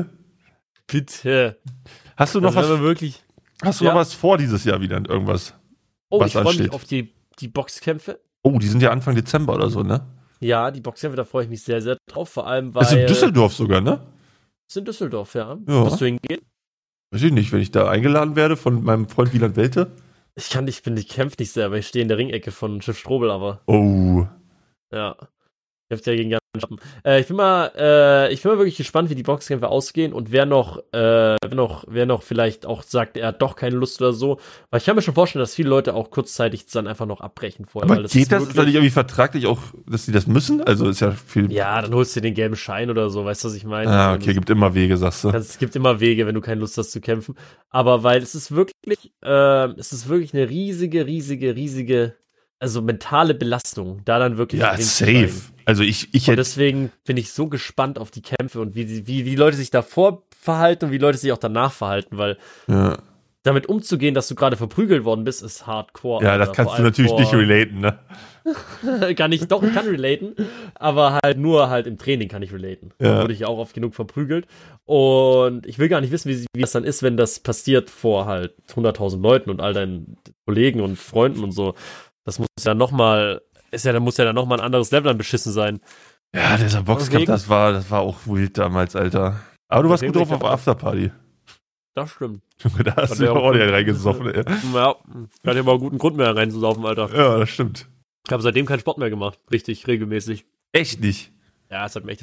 Bitte. Hast du noch Also, wenn was, wir wirklich. hast du ja. noch was vor dieses Jahr wieder? Irgendwas? Oh, was ich freue mich ansteht? auf die, die Boxkämpfe. Oh, die sind ja Anfang Dezember oder so, ne? Ja, die Boxkämpfe, da freue ich mich sehr, sehr drauf. Vor allem, weil. Das ist in Düsseldorf sogar, ne? Das ist in Düsseldorf, ja. Ja. Wirst du hingehen? Weiß ich nicht, wenn ich da eingeladen werde von meinem Freund Wieland Welte. Ich kann nicht, bin, ich kämpfe nicht sehr, aber ich stehe in der Ringecke von Schiff Strobel, aber. Oh. Ja. Kämpft ja gegen Jan Schappen. Äh, ich bin mal, äh, ich bin mal wirklich gespannt, wie die Boxkämpfe ausgehen und wer noch, äh, wer noch, wer noch vielleicht auch sagt, er hat doch keine Lust oder so. Weil ich kann mir schon vorstellen, dass viele Leute auch kurzzeitig dann einfach noch abbrechen vorher. Aber weil das geht ist das? Ist wirklich- da nicht irgendwie vertraglich auch, dass die das müssen? Also ist ja viel. Ja, dann holst du dir den gelben Schein oder so, weißt du, was ich meine? Ah, okay, gibt immer Wege, sagst du. Es gibt immer Wege, wenn du keine Lust hast zu kämpfen. Aber weil es ist wirklich, äh, es ist wirklich eine riesige, riesige, riesige, also mentale Belastung, da dann wirklich Ja, hinzusteigen. safe. Also ich, ich Und hätte. deswegen bin ich so gespannt auf die Kämpfe und wie, die- wie, wie die Leute sich davor verhalten und wie Leute sich auch danach verhalten, weil Ja, damit umzugehen, dass du gerade verprügelt worden bist, ist hardcore. ja Alter. das kannst Vor du allem natürlich vor- nicht relaten, ne? kann ich, doch, ich kann relaten, aber halt nur halt im Training kann ich relaten. Ja. Da wurde ich auch oft genug verprügelt. Und ich will gar nicht wissen, wie, wie es dann ist, wenn das passiert vor halt hunderttausend Leuten und all deinen Kollegen und Freunden und so. Das muss ja nochmal, ist ja, da muss ja dann nochmal ein anderes Level an beschissen sein. Ja, dieser Boxkampf, Deswegen- das war, das war auch wild damals, Alter. Aber du warst Deswegen gut drauf bin auf ich der Afterparty. Das stimmt. Da hast Hat du der ja auch auch nicht gut. reingesoffen, ey. Ja, kann ja mal einen guten Grund mehr reinzulaufen, Alter. Ja, das stimmt. Ich habe seitdem keinen Sport mehr gemacht. Richtig, regelmäßig. Echt nicht. Ja, es hat mir echt.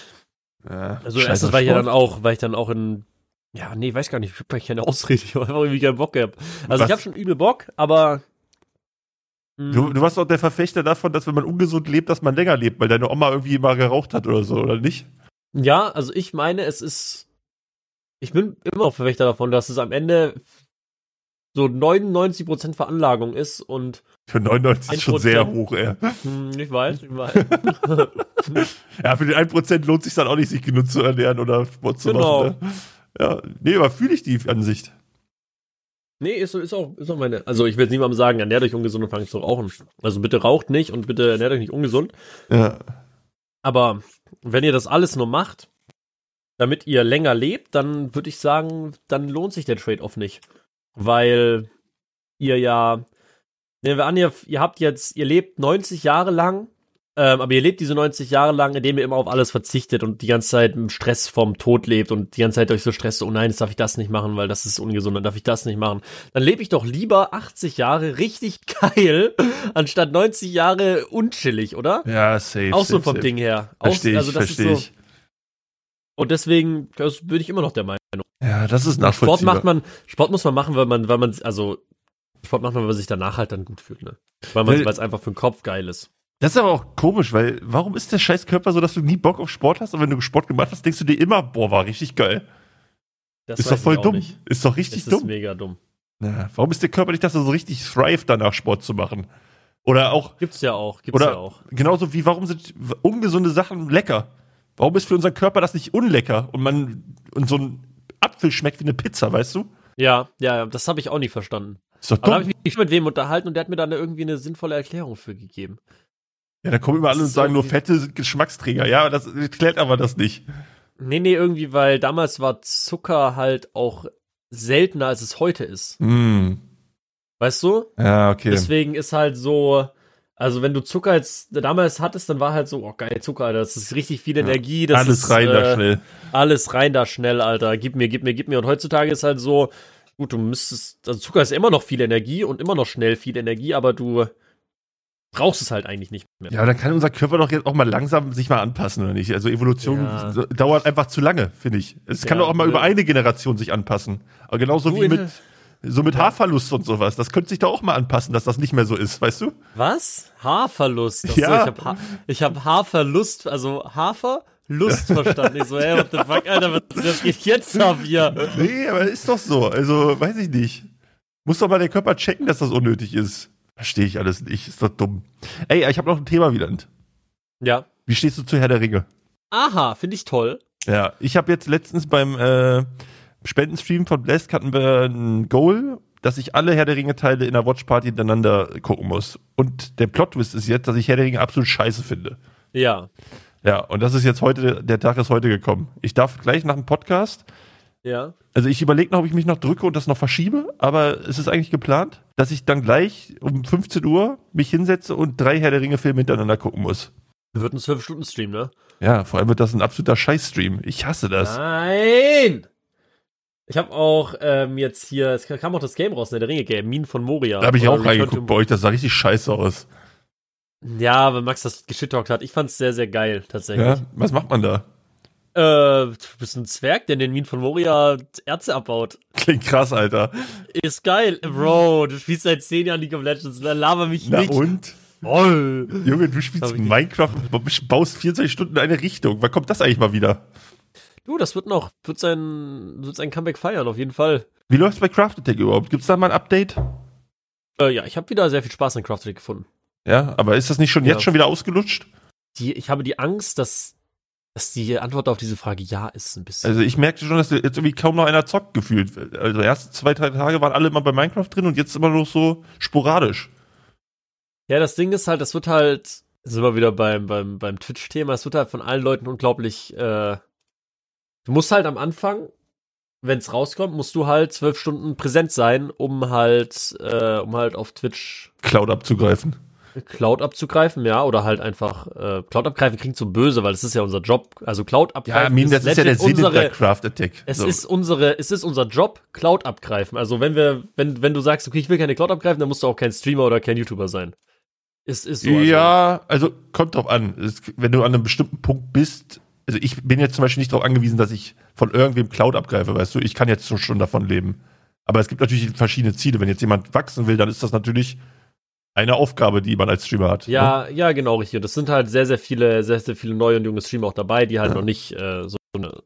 Ja, Also scheißer erstens war ich ja Sport. dann auch, weil ich dann auch in. Ja, nee, weiß gar nicht, ich hab keine Ausrede, ich hab einfach irgendwie keinen Bock gehabt. Also Was? ich habe schon übel Bock, aber. mh, Du, du warst auch der Verfechter davon, dass wenn man ungesund lebt, dass man länger lebt, weil deine Oma irgendwie mal geraucht hat oder so, oder nicht? Ja, also ich meine, es ist. Ich bin immer noch Verfechter davon, dass es am Ende so neunundneunzig Prozent Veranlagung ist und. Für neunundneunzig ist schon ein sehr Prozent. hoch, ey. Hm, ich weiß, ich weiß. Ja, für den ein Prozent lohnt sich dann auch nicht, sich genug zu ernähren oder Sport zu Genau. machen. Ne? Ja, nee, aber fühle ich die Ansicht. Nee, ist, ist, auch, ist auch meine. Also ich will jetzt niemandem sagen, ernährt euch ungesund und fangt zu rauchen. Also bitte raucht nicht und bitte ernährt euch nicht ungesund. Ja. Aber wenn ihr das alles nur macht, damit ihr länger lebt, dann würde ich sagen, dann lohnt sich der Trade-off nicht. Weil ihr ja, nehmen wir an, ihr, ihr habt jetzt, ihr lebt neunzig Jahre lang, ähm, aber ihr lebt diese neunzig Jahre lang, indem ihr immer auf alles verzichtet und die ganze Zeit im Stress vom Tod lebt und die ganze Zeit euch so stresst, oh nein, jetzt darf ich das nicht machen, weil das ist ungesund, dann darf ich das nicht machen. Dann lebe ich doch lieber achtzig Jahre richtig geil, anstatt neunzig Jahre unchillig, oder? Ja, safe. Auch so safe, vom safe. Ding her. Auch, Verstehe ich, also das verstehe ist so, ich. und deswegen das bin ich immer noch der Meinung. Ja, das ist Sport nachvollziehbar. macht man, Sport muss man machen, weil man, weil man, also Sport macht man, weil man sich danach halt dann gut fühlt, ne? Weil man, Weil- weil es einfach für den Kopf geil ist. Das ist aber auch komisch, weil warum ist der scheiß Körper so, dass du nie Bock auf Sport hast und wenn du Sport gemacht hast, denkst du dir immer, boah, war richtig geil. Das Ist weiß doch voll ich auch dumm. nicht. Ist doch richtig Das ist dumm. mega dumm. Ja, warum ist der Körper nicht, dass er so richtig thrive, danach Sport zu machen? Oder auch, Gibt's ja auch, gibt's oder ja auch. genauso wie, warum sind ungesunde Sachen lecker? Warum ist für unseren Körper das nicht unlecker und man und so ein Apfel schmeckt wie eine Pizza, weißt du? Ja, ja, das habe ich auch nie verstanden. Ist doch Aber da dumm. habe ich mich mit wem unterhalten und der hat mir dann irgendwie eine sinnvolle Erklärung für gegeben. Ja, da kommen immer alle Das und ist sagen nur irgendwie- fette sind Geschmacksträger. Ja, das erklärt aber das nicht. Nee, nee, irgendwie, weil damals war Zucker halt auch seltener, als es heute ist. Mm. Weißt du? Ja, okay. Deswegen ist halt so, also wenn du Zucker jetzt damals hattest, dann war halt so, oh geil, Zucker, Alter, das ist richtig viel Energie. Das Alles ist, rein äh, da schnell. Alles rein da schnell, Alter. Gib mir, gib mir, gib mir. Und heutzutage ist halt so, gut, du müsstest, also Zucker ist immer noch viel Energie und immer noch schnell viel Energie, aber du brauchst es halt eigentlich nicht mehr. Ja, aber dann kann unser Körper doch jetzt auch mal langsam sich mal anpassen, oder nicht? Also Evolution Ja. so- dauert einfach zu lange, finde ich. Es kann Ja, doch auch mal ne. über eine Generation sich anpassen. Aber genauso Du wie in- mit, so mit Haarverlust und sowas. Das könnte sich doch auch mal anpassen, dass das nicht mehr so ist, weißt du? Was? Haarverlust. Achso, Ja. ich hab, ha ich hab Haarverlust, also Haferlust verstanden. Ich so, ey, what the fuck, Alter, was, was geht jetzt ab hier? Nee, aber ist doch so. Also, weiß ich nicht. Muss doch mal der Körper checken, dass das unnötig ist. Verstehe ich alles nicht. Ist doch dumm. Ey, ich habe noch ein Thema wieder. Ja. Wie stehst du zu Herr der Ringe? Aha, finde ich toll. Ja, ich habe jetzt letztens beim äh, Spendenstream von Blast hatten wir ein Goal, dass ich alle Herr der Ringe-Teile in der Watchparty hintereinander gucken muss. Und der Plot-Twist ist jetzt, dass ich Herr der Ringe absolut scheiße finde. Ja. Ja, und das ist jetzt heute, der Tag ist heute gekommen. Ich darf gleich nach dem Podcast, Ja. also ich überlege noch, ob ich mich noch drücke und das noch verschiebe, aber es ist eigentlich geplant, dass ich dann gleich um fünfzehn Uhr mich hinsetze und drei Herr der Ringe-Filme hintereinander gucken muss. Wird ein zwölf Stunden Stream, ne? Ja, vor allem wird das ein absoluter Scheißstream. Ich hasse das. Nein! Ich habe auch ähm, jetzt hier, es kam auch das Game raus, ne, der Ringe-Game, Minen von Moria. Da habe ich Oder auch Return reingeguckt to- bei euch, das sah richtig scheiße aus. Ja, weil Max das geschittalkt hat. Ich fand's sehr, sehr geil, tatsächlich. Ja, was macht man da? Äh, du bist ein Zwerg, der in den Minen von Moria Erze abbaut. Klingt krass, Alter. Ist geil. Bro, du spielst seit zehn Jahren League of Legends, dann laber mich Na nicht und? voll. Junge, du spielst Hab ich Minecraft und baust vierundzwanzig Stunden in eine Richtung. Wann kommt das eigentlich mal wieder? Du, das wird noch, wird sein, wird sein Comeback feiern, auf jeden Fall. Wie läuft's bei Craft Attack überhaupt? Gibt's da mal ein Update? Äh, ja, ich habe wieder sehr viel Spaß in Craft Attack gefunden. Ja, aber ist das nicht schon Ja. jetzt schon wieder ausgelutscht? Die, ich habe die Angst, dass, dass die Antwort auf diese Frage ja ist, ein bisschen. Also ich merkte schon, dass jetzt irgendwie kaum noch einer zockt gefühlt. Also erste zwei, drei Tage waren alle immer bei Minecraft drin und jetzt immer noch so sporadisch. Ja, das Ding ist halt, das wird halt, sind wir wieder beim, beim, beim Twitch-Thema, es wird halt von allen Leuten unglaublich, äh, du musst halt am Anfang, wenn es rauskommt, musst du halt zwölf Stunden präsent sein, um halt, äh, um halt auf Twitch Cloud abzugreifen. Cloud abzugreifen, ja, oder halt einfach, äh, Cloud abgreifen klingt so böse, weil das ist ja unser Job, also Cloud abgreifen. Ja, Min, das ist ja der legit Sinn unsere, hinter Craft Attack. Es So. ist unsere, es ist unser Job, Cloud abgreifen. Also wenn wir, wenn, wenn du sagst, okay, ich will keine Cloud abgreifen, dann musst du auch kein Streamer oder kein YouTuber sein. Ist, ist so. Also, Ja, also kommt drauf an. Es, wenn du an einem bestimmten Punkt bist, also ich bin jetzt zum Beispiel nicht darauf angewiesen, dass ich von irgendwem Cloud abgreife, weißt du, ich kann jetzt schon davon leben. Aber es gibt natürlich verschiedene Ziele. Wenn jetzt jemand wachsen will, dann ist das natürlich eine Aufgabe, die man als Streamer hat. Ne? Ja, ja, genau, richtig. Und es sind halt sehr, sehr viele, sehr, sehr viele neue und junge Streamer auch dabei, die halt Ja. noch nicht äh, so eine,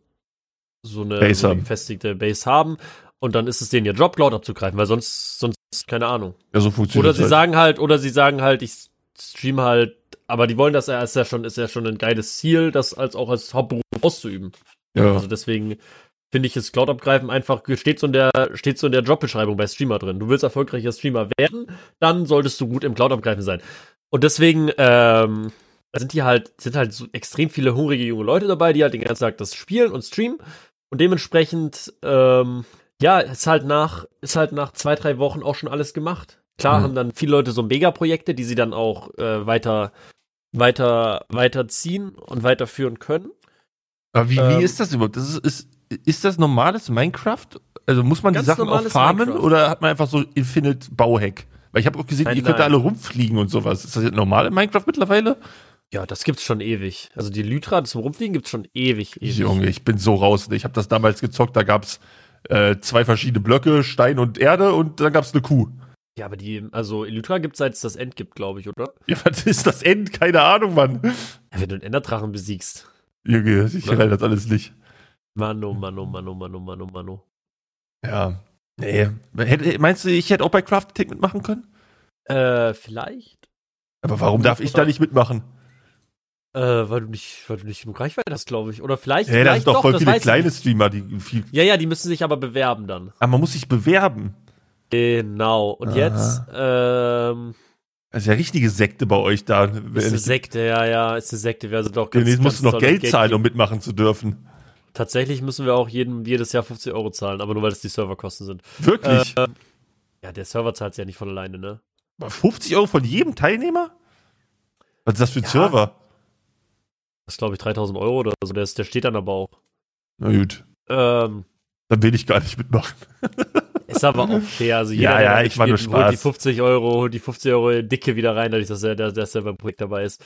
so eine, Base so eine haben. gefestigte Base haben. Und dann ist es denen ihr Job, Cloud abzugreifen, weil sonst, sonst, keine Ahnung. Ja, so funktioniert Oder es sie halt. sagen halt, oder sie sagen halt, ich stream halt, aber die wollen das ja, ist ja schon, ist ja schon ein geiles Ziel, das als auch als Hauptberuf auszuüben. Ja. Also deswegen finde ich es Cloud abgreifen einfach, steht so in der, steht so in der Jobbeschreibung bei Streamer drin. Du willst erfolgreicher Streamer werden, dann solltest du gut im Cloud abgreifen sein. Und deswegen, ähm, sind die halt, sind halt so extrem viele hungrige junge Leute dabei, die halt den ganzen Tag das spielen und streamen. Und dementsprechend, ähm, ja, ist halt nach, ist halt nach zwei, drei Wochen auch schon alles gemacht. Klar Mhm. haben dann viele Leute so Megaprojekte, die sie dann auch äh, weiter, weiter, weiterziehen und weiterführen können. Aber wie, ähm, wie ist das überhaupt? Das ist, ist, ist das normales Minecraft? Also muss man die Ganz Sachen auch normales farmen Minecraft. oder hat man einfach so Infinite Bauhack? Weil ich habe auch gesehen, Nein, ihr könnt da nein. alle rumfliegen und sowas. Ist das jetzt normal in Minecraft mittlerweile? Ja, das gibt's schon ewig. Also die Lytra zum Rumfliegen gibt's schon ewig, ewig. Junge, ich bin so raus. Ich habe das damals gezockt, da gab's äh, zwei verschiedene Blöcke, Stein und Erde und dann gab's eine Kuh. Ja, aber die, also Elytra gibt's seit es das End gibt, glaube ich, oder? Ja, was ist das End? Keine Ahnung, Mann. Ja, wenn du einen Enderdrachen besiegst. Junge, ich Ja. rein das alles nicht. Mano, Mano, Mano, Mano, Mano, Mano. Ja. Nee. Hätte, meinst du, ich hätte auch bei Craft Attack mitmachen können? Äh, vielleicht? Aber warum darf ich da nicht mitmachen? Äh, weil du nicht, weil du nicht genug Reichweite hast, glaube ich. Oder vielleicht, Ja, da vielleicht sind doch doch, voll das viele weiß ich kleine nicht. Streamer, die viel. Ja, ja, die müssen sich aber bewerben dann. Aber man muss sich bewerben. Genau. Und Aha. jetzt, ähm, Das ist ja richtige Sekte bei euch da. ist eine Sekte, ja, ja, ist eine Sekte. Wir sind doch ganz, Demnächst musst du noch toll Geld und zahlen, geben. um mitmachen zu dürfen. Tatsächlich müssen wir auch jeden, jedes Jahr fünfzig Euro zahlen, aber nur weil es die Serverkosten sind. Wirklich? Äh, ja, der Server zahlt ja nicht von alleine, ne? fünfzig Euro von jedem Teilnehmer? Was ist das für ein Ja. Server? Das ist, glaube ich, dreitausend Euro oder so. Der, ist, der steht dann aber auch. Na gut, Ähm, dann will ich gar nicht mitmachen. ist aber auch fair. Also jeder, Ja, der ja, da ich mach nur mitspielt, holt die Spaß. fünfzig Euro, holt die fünfzig Euro dicke wieder rein, dadurch, dass er, dass, dass er beim Projekt dabei ist.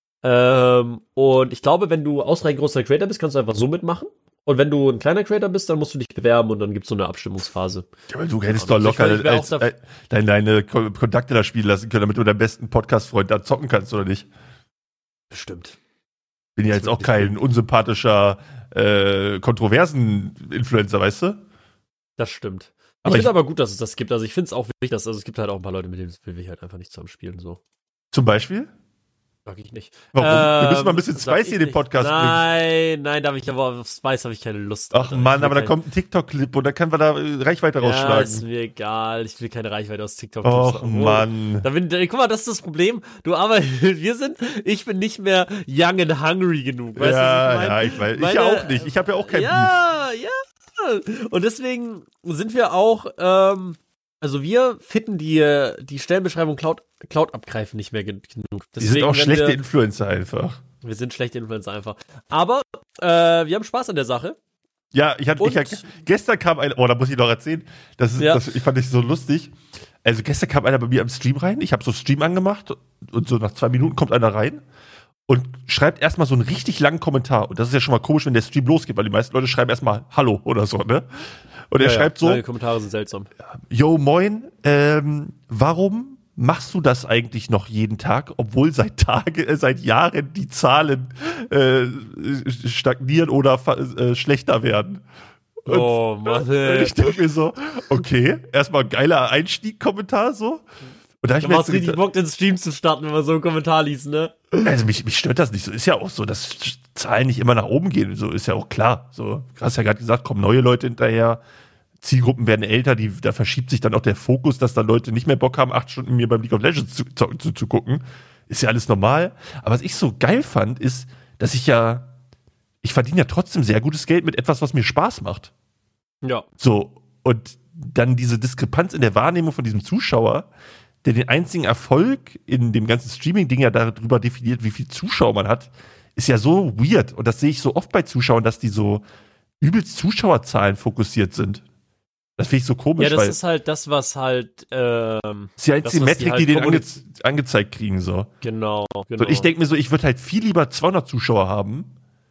Ähm, und ich glaube, wenn du ausreichend großer Creator bist, kannst du einfach so mitmachen. Und wenn du ein kleiner Creator bist, dann musst du dich bewerben und dann gibt's so eine Abstimmungsphase. Ja, aber du hättest Ja, doch locker ich wär auch als, dafür- äh, deine, deine Ko- Kontakte da spielen lassen können, damit du deinen besten Podcast-Freund da zocken kannst, oder nicht? Bestimmt. Bin ja Das jetzt wird auch kein unsympathischer, äh, kontroversen Influencer, weißt du? Das stimmt. Aber ich ich- finde aber gut, dass es das gibt. Also ich finde es auch wichtig, dass also es gibt halt auch ein paar Leute, mit denen will ich halt einfach nicht zusammen spielen. So. Zum Beispiel? Mag ich nicht. Warum? Wir müssen mal ein Ähm, bisschen sag Spicy ich in den nicht. Podcast bringen. Nein, nein, darf ich aber auf Spice habe ich keine Lust. Ach Alter. Ich Mann, will aber da kein- kommt ein TikTok-Clip und dann können wir da äh, Reichweite Ja, rausschlagen. ist mir egal. Ich will keine Reichweite aus TikTok. Och Oh, Mann. Da bin, da, guck mal, das ist das Problem. Du arbeitest, wir sind, ich bin nicht mehr young and hungry genug. Weißt du, Ja, was ich mein? ja, ich weiß. Ich meine- ja auch nicht. Ich habe ja auch kein Beef. Ja, ja. Und deswegen sind wir auch, ähm, also wir fitten die, die Stellenbeschreibung Cloud, Cloud abgreifen nicht mehr gen- genug. Die sind auch wenn schlechte wir, Influencer einfach. wir sind schlechte Influencer einfach. Aber äh, wir haben Spaß an der Sache. Ja, ich hatte, ich, Und- gestern kam ein, oh, da muss ich noch erzählen, das ist, Ja. das, ich fand das so lustig. Also gestern kam einer bei mir am Stream rein, ich habe so Stream angemacht und so nach zwei Minuten kommt einer rein und schreibt erstmal so einen richtig langen Kommentar. Und das ist ja schon mal komisch, wenn der Stream losgeht, weil die meisten Leute schreiben erstmal Hallo oder so, ne? Und er Ja, schreibt ja, so, die Kommentare sind seltsam. Yo, moin, ähm, warum machst du das eigentlich noch jeden Tag, obwohl seit Tage, äh, seit Jahren die Zahlen äh, stagnieren oder fa- äh, schlechter werden? Und, Oh, Mann. und ey. ich denke mir so, okay, erstmal ein geiler Einstieg-Kommentar so. Und da hab ich Du mir machst jetzt richtig gedacht, Bock, den Stream zu starten, wenn man so einen Kommentar liest, ne? also mich, mich stört das nicht so. Ist ja auch so, dass Zahlen nicht immer nach oben gehen. So ist ja auch klar. So, du hast ja gerade gesagt, kommen neue Leute hinterher. Zielgruppen werden älter, die, da verschiebt sich dann auch der Fokus, dass dann Leute nicht mehr Bock haben, acht Stunden mir beim League of Legends zu, zu, zu, zu gucken. Ist ja alles normal. Aber was ich so geil fand, ist, dass ich ja, ich verdiene ja trotzdem sehr gutes Geld mit etwas, was mir Spaß macht. Ja. So, und dann diese Diskrepanz in der Wahrnehmung von diesem Zuschauer, der den einzigen Erfolg in dem ganzen Streaming-Ding ja darüber definiert, wie viel Zuschauer man hat, ist ja so weird. Und das sehe ich so oft bei Zuschauern, dass die so übelst Zuschauerzahlen fokussiert sind. Das finde ich so komisch, Ja, das weil ist halt das, was halt, ähm, es ist ja jetzt das, die was Metrik, die halt die denen ange kommuniz- angezeigt kriegen, so. genau, genau. So, und ich denke mir so, ich würde halt viel lieber zweihundert Zuschauer haben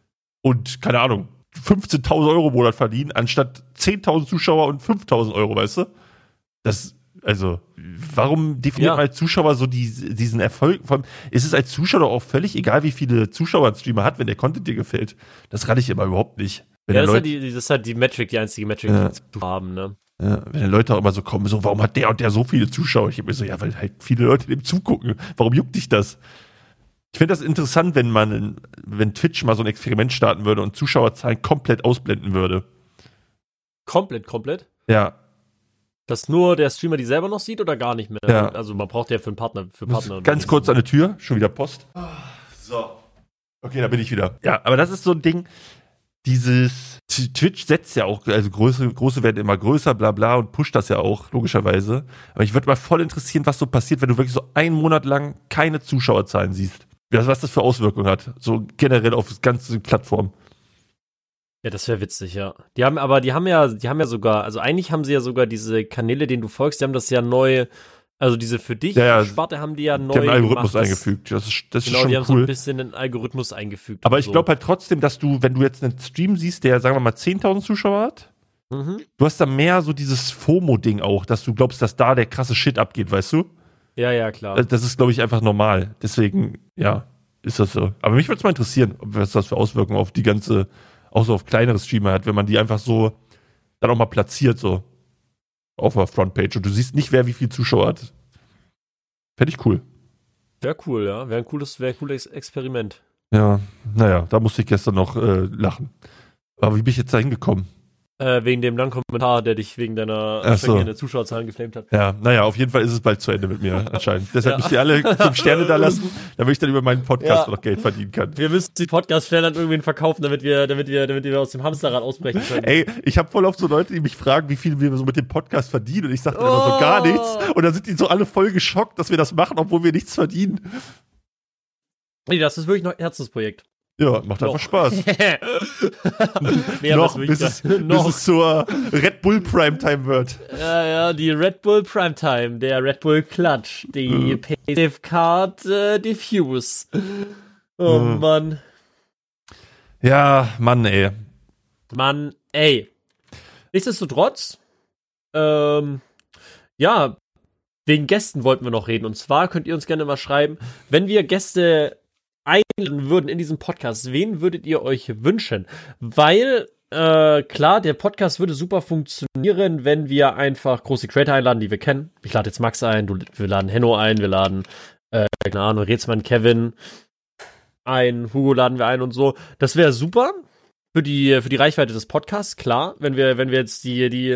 und, keine Ahnung, fünfzehntausend Euro im Monat verdienen, anstatt zehntausend Zuschauer und fünftausend Euro, weißt du? Das, also, warum definiert Ja. man als Zuschauer so die, diesen Erfolg? Von, ist es als Zuschauer doch auch völlig egal, wie viele Zuschauer ein Streamer hat, wenn der Content dir gefällt? Das rate ich immer überhaupt nicht. Wenn ja, der das, ist halt Leute, die, das ist halt die Metric, die einzige Metric, Ja. die wir haben, ne? ja, wenn die Leute auch immer so kommen, so, warum hat der und der so viele Zuschauer? Ich hab mir so, ja, weil halt viele Leute dem zugucken. Warum juckt dich das? Ich finde das interessant, wenn man, wenn Twitch mal so ein Experiment starten würde und Zuschauerzahlen komplett ausblenden würde. Komplett, komplett. Ja. Dass nur der Streamer die selber noch sieht oder gar nicht mehr? Ja. Also man braucht ja für einen Partner, für Muss Partner. ganz kurz an der Tür, schon wieder Post. So. Okay, da bin ich wieder. Ja, aber das ist so ein Ding, dieses T- Twitch setzt ja auch, also große, große werden immer größer, bla bla, und pusht das ja auch, logischerweise. Aber ich würde mal voll interessieren, was so passiert, wenn du wirklich so einen Monat lang keine Zuschauerzahlen siehst. Was, was das für Auswirkungen hat. So generell auf das ganze Plattform. Ja, das wäre witzig, ja. Die haben, aber die haben ja, die haben ja sogar, also eigentlich haben sie ja sogar diese Kanäle, denen du folgst, die haben das ja neu, also diese für dich Ja, ja. Sparte haben die ja neu Die haben einen Algorithmus gemacht. eingefügt. Das ist, das Genau, ist die schon haben so ein cool. bisschen einen Algorithmus eingefügt. Aber und ich so. glaube halt trotzdem, dass du, wenn du jetzt einen Stream siehst, der, sagen wir mal, zehntausend Zuschauer hat, Mhm. du hast da mehr so dieses FOMO-Ding auch, dass du glaubst, dass da der krasse Shit abgeht, weißt du? Ja, ja, klar. Das- Das ist, glaube ich, einfach normal. Deswegen, ja, ist das so. Aber mich würde es mal interessieren, ob was das für Auswirkungen auf die ganze, auch so auf kleinere Streamer hat, wenn man die einfach so dann auch mal platziert, so auf der Frontpage. Und du siehst nicht, wer wie viel Zuschauer hat. Fände ich cool. Wäre cool, ja. Wäre ein cooles, wäre ein cooles Experiment. Ja, naja, da musste ich gestern noch äh, lachen. Aber wie bin ich jetzt da hingekommen? Äh, wegen dem langen Kommentar, der dich wegen deiner Ach so. stagnierenden Zuschauerzahlen geflamed hat. Ja, naja, auf jeden Fall ist es bald zu Ende mit mir anscheinend. Deshalb Ja. müsst ihr alle fünf Sterne da lassen, damit ich dann über meinen Podcast Ja. noch Geld verdienen kann. Wir müssen die Podcast-Stellen an irgendwen verkaufen, damit wir, damit wir, damit wir aus dem Hamsterrad ausbrechen können. Ey, ich habe voll oft so Leute, die mich fragen, wie viel wir so mit dem Podcast verdienen. Und ich sage dann immer so Oh. gar nichts. Und dann sind die so alle voll geschockt, dass wir das machen, obwohl wir nichts verdienen. Nee, das ist wirklich noch ein Herzensprojekt. Ja, macht einfach Noch. Spaß. nee, aber noch, es ist bis wirklich es, geil. bis noch. es zur Red Bull Primetime wird. Ja, ja, die Red Bull Primetime, der Red Bull Clutch, die Mhm. Paysafe Card äh, Diffuse. Oh Mhm. Mann. Ja, Mann, ey. Mann, ey. Nichtsdestotrotz, ähm, ja, wegen Gästen wollten wir noch reden. Und zwar könnt ihr uns gerne mal schreiben, wenn wir Gäste einladen würden in diesem Podcast, wen würdet ihr euch wünschen? Weil, äh, klar, der Podcast würde super funktionieren, wenn wir einfach große Creator einladen, die wir kennen. Ich lade jetzt Max ein, du, wir laden Henno ein, wir laden, äh, keine Ahnung, Rätsmann, Kevin ein, Hugo laden wir ein und so. Das wäre super für die, für die Reichweite des Podcasts, klar, wenn wir, wenn wir jetzt die, die,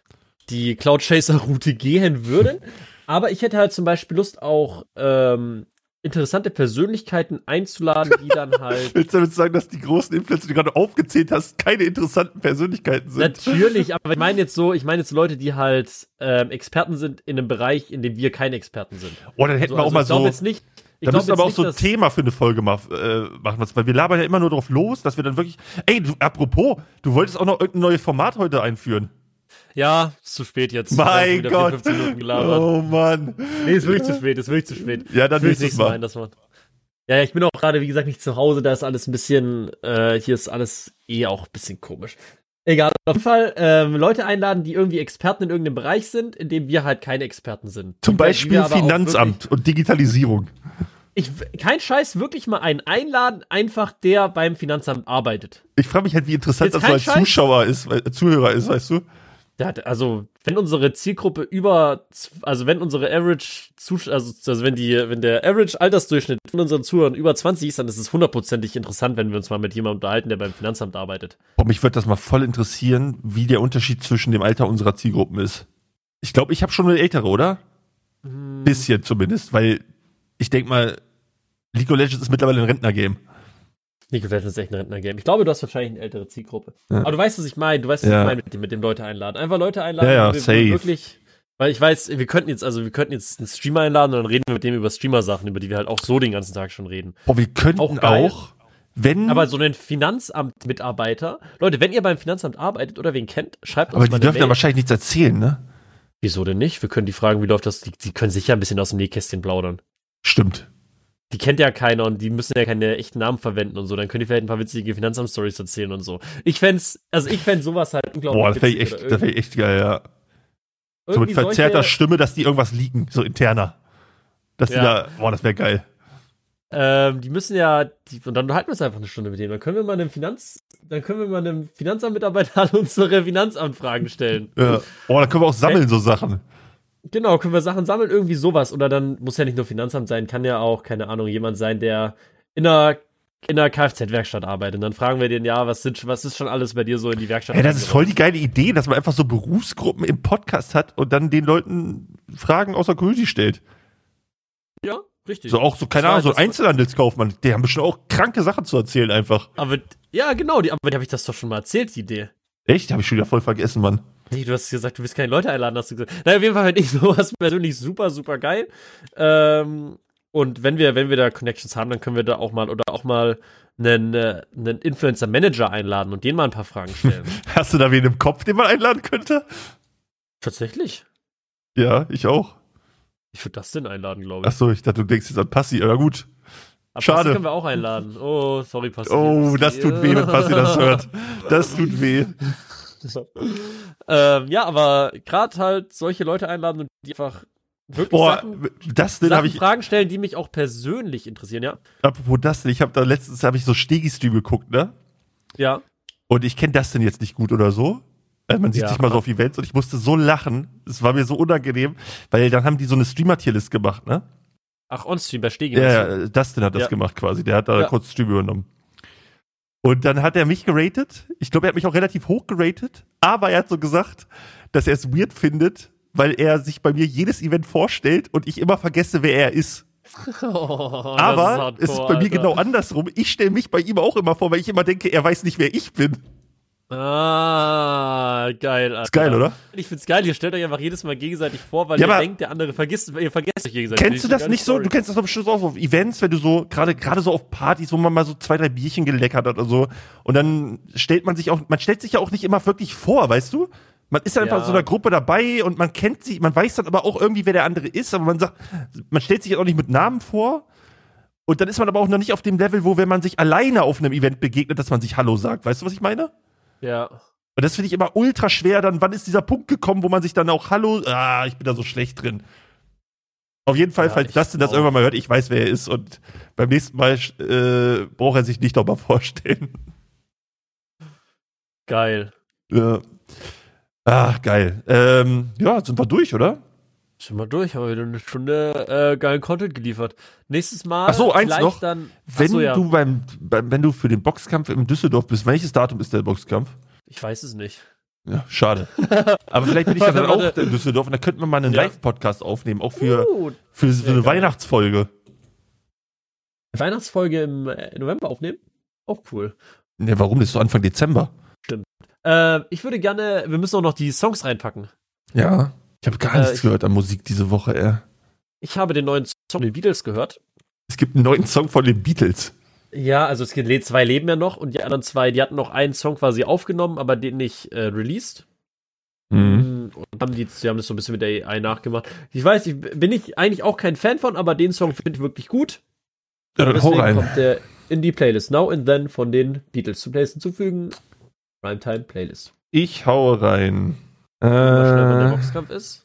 die Cloud Chaser Route gehen würden. Aber ich hätte halt zum Beispiel Lust, auch ähm, interessante Persönlichkeiten einzuladen, die dann halt. Willst du damit sagen, dass die großen Influencer, die du gerade aufgezählt hast, keine interessanten Persönlichkeiten sind? Natürlich, aber ich meine jetzt so, ich meine jetzt Leute, die halt ähm, Experten sind in einem Bereich, in dem wir keine Experten sind. Oh, dann hätten So, wir auch also mal ich glaube so. jetzt nicht. Ich Da glaub müssen wir aber auch jetzt so ein nicht, dass- Thema für eine Folge ma äh, machen, weil wir labern ja immer nur drauf los, dass wir dann wirklich. Ey, du, apropos, du wolltest auch noch irgendein neues Format heute einführen. Ja, ist zu spät jetzt. Wir haben Mein wieder Gott. vierundfünfzig Minuten gelabert. Oh Mann. Nee, ist wirklich zu spät, ist wirklich zu spät. Ja, dann Ich will nächstes nächstes Mal Mal. ein, das Wort. Ja, ja, ich bin auch gerade, wie gesagt, nicht zu Hause, da ist alles ein bisschen, äh, hier ist alles eh auch ein bisschen komisch. Egal, auf jeden Fall ähm, Leute einladen, die irgendwie Experten in irgendeinem Bereich sind, in dem wir halt keine Experten sind. Zum Die wir Beispiel aber auch Finanzamt und Digitalisierung. Wirklich, ich, kein Scheiß, wirklich mal einen einladen, einfach der beim Finanzamt arbeitet. Ich frage mich halt, wie interessant Jetzt das so kein als Scheiß. Zuschauer ist, weil, äh, Zuhörer ist, weißt du? Der hat, also, wenn unsere Zielgruppe über, also wenn unsere Average, Zus- also, also wenn die, wenn der Average Altersdurchschnitt von unseren Zuhörern über zwanzig ist, dann ist es hundertprozentig interessant, wenn wir uns mal mit jemandem unterhalten, der beim Finanzamt arbeitet. Boah, mich würde das mal voll interessieren, wie der Unterschied zwischen dem Alter unserer Zielgruppen ist. Ich glaube, ich habe schon eine ältere, oder? Hm. Bisschen zumindest, weil ich denke mal, League of Legends ist mittlerweile ein Rentner-Game. League of Legends ist echt ein Rentner-Game. Ich glaube, du hast wahrscheinlich eine ältere Zielgruppe. Ja. Aber du weißt, was ich meine. Du weißt, was Ja. ich meine mit dem, mit dem Leute einladen. Einfach Leute einladen, Ja, ja, wo wir safe. wirklich, weil ich weiß, wir könnten jetzt, also wir könnten jetzt einen Streamer einladen und dann reden wir mit dem über Streamer-Sachen, über die wir halt auch so den ganzen Tag schon reden. Boah, wir könnten Auch auch, geil. wenn. Aber so einen Finanzamt-Mitarbeiter, Leute, wenn ihr beim Finanzamt arbeitet oder wen kennt, schreibt uns aber mal die dürfen eine dann Mail. wahrscheinlich nichts erzählen, ne? Wieso denn nicht? Wir können die fragen, wie läuft das? Die, die können sicher ein bisschen aus dem Nähkästchen plaudern. Stimmt. Die kennt ja keiner und die müssen ja keine echten Namen verwenden und so. Dann können die vielleicht ein paar witzige Finanzamt-Stories erzählen und so. Ich fänd's, also ich fänd sowas halt unglaublich Boah, das wäre witzig echt, oder das wär echt geil, ja. So mit irgendwie verzerrter solche- Stimme, dass die irgendwas leaken, so interner. Dass die Ja. da, boah, das wäre geil. Ähm, die müssen ja, die, und dann halten wir es einfach eine Stunde mit denen. Dann können wir mal einem Finanz, dann können wir mal einem Finanzamtmitarbeiter unsere Finanzamtfragen stellen. Ja. Boah, da können wir auch sammeln, so Sachen. Genau, können wir Sachen sammeln, irgendwie sowas. Oder dann muss ja nicht nur Finanzamt sein, kann ja auch, keine Ahnung, jemand sein, der in einer, in einer Kfz-Werkstatt arbeitet. Und dann fragen wir den, ja, was, sind, was ist schon alles bei dir so in die Werkstatt? Ey, das ist voll die geile Idee, dass man einfach so Berufsgruppen im Podcast hat und dann den Leuten Fragen aus der Community stellt. Ja, richtig. So auch so, keine Das war- Ahnung, so das- Einzelhandelskaufmann, die haben bestimmt auch kranke Sachen zu erzählen einfach. Aber, ja, genau, die, aber die habe ich das doch schon mal erzählt, die Idee. Echt? Hab ich schon wieder voll vergessen, Mann. Nee, du hast gesagt, du willst keine Leute einladen, hast du gesagt. Naja, auf jeden Fall finde ich sowas persönlich super, super geil. Ähm, und wenn wir, wenn wir da Connections haben, dann können wir da auch mal oder auch mal einen, äh, einen Influencer-Manager einladen und den mal ein paar Fragen stellen. Hast du da wen im Kopf, den man einladen könnte? Tatsächlich. Ja, ich auch. Ich würde das denn einladen, glaube ich. Achso, ich dachte, du denkst jetzt an Passi, aber gut. Aber schade. Passi können wir auch einladen. Oh, sorry, Passi. Oh, das tut weh, wenn Passi das hört. Das tut weh. ähm, ja, aber gerade halt solche Leute einladen und die einfach wirklich Boah, Sachen, das denn Sachen habe ich, Fragen stellen, die mich auch persönlich interessieren, ja. apropos das denn, ich habe da letztens, habe ich so Stegi-Stream geguckt, ne? Ja. Und ich kenne das denn jetzt nicht gut oder so. Also man sieht Ja. sich mal so auf Events und ich musste so lachen. Es war mir so unangenehm, weil dann haben die so eine Streamer-Tierlist gemacht, ne? Ach, on-stream bei Stegi. Ja, ja, Dustin hat das Ja. gemacht quasi. Der hat da Ja. kurz Stream übernommen. Und dann hat er mich geratet. Ich glaube, er hat mich auch relativ hoch geratet. Aber er hat so gesagt, dass er es weird findet, weil er sich bei mir jedes Event vorstellt und ich immer vergesse, wer er ist. Oh, Aber ist es ist bei Alter. mir genau andersrum. Ich stelle mich bei ihm auch immer vor, weil ich immer denke, er weiß nicht, wer ich bin. Ah, geil. Alter. Ist geil, oder? Ich find's geil, ihr stellt euch einfach jedes Mal gegenseitig vor, weil Ja, ihr aber- denkt, der andere vergisst, ihr vergesst euch gegenseitig. Kennst du das nicht so? Du kennst das doch bestimmt auch auf Events, wenn du so, gerade gerade so auf Partys, wo man mal so zwei, drei Bierchen geleckert hat oder so. Und dann stellt man sich auch, man stellt sich ja auch nicht immer wirklich vor, weißt du? Man ist dann einfach Ja. in so einer Gruppe dabei und man kennt sie, man weiß dann aber auch irgendwie, wer der andere ist, aber man sagt, man stellt sich auch nicht mit Namen vor. Und dann ist man aber auch noch nicht auf dem Level, wo, wenn man sich alleine auf einem Event begegnet, dass man sich Hallo sagt. Weißt du, was ich meine? Ja. Und das finde ich immer ultra schwer. Dann, wann ist dieser Punkt gekommen, wo man sich dann auch Hallo, ah, ich bin da so schlecht drin. Auf jeden Fall, Ja, falls ich Dustin das auch. irgendwann mal hört, ich weiß, wer er ist. Und beim nächsten Mal äh, braucht er sich nicht nochmal vorstellen. Geil. Ja. Ach, geil. Ähm, ja, sind wir durch, oder? Schon mal durch, haben wir wieder eine Stunde äh, geilen Content geliefert. Nächstes Mal. Ach so, eins vielleicht noch. Dann, ach Wenn so, ja. du beim, beim, wenn du für den Boxkampf in Düsseldorf bist, welches Datum ist der Boxkampf? Ich weiß es nicht. Ja, schade. Aber vielleicht bin ich dann, dann auch Warte. in Düsseldorf und da könnten wir mal einen Ja. Live-Podcast aufnehmen, auch für, Uh, für so wär eine geil. Weihnachtsfolge. Weihnachtsfolge im äh, November aufnehmen? Auch cool. Ne, warum? Das ist so Anfang Dezember. Äh, ich würde gerne, wir müssen auch noch die Songs reinpacken. Ja. Ich habe gar Äh, nichts ich- gehört an Musik diese Woche, ey. Ich habe den neuen Song von den Beatles gehört. Es gibt einen neuen Song von den Beatles. Ja, also es gibt zwei leben ja noch und die anderen zwei, die hatten noch einen Song quasi aufgenommen, aber den nicht äh, released. Mhm. Und haben die, die haben das so ein bisschen mit der A I nachgemacht. Ich weiß, ich bin ich eigentlich auch kein Fan von, aber den Song finde ich wirklich gut. Ja, dann hau Deswegen rein. kommt der in die Playlist Now and Then von den Beatles zu Playlist hinzufügen. Primetime Playlist. Ich hau rein. Mal schnell, wann der Äh, Boxkampf ist.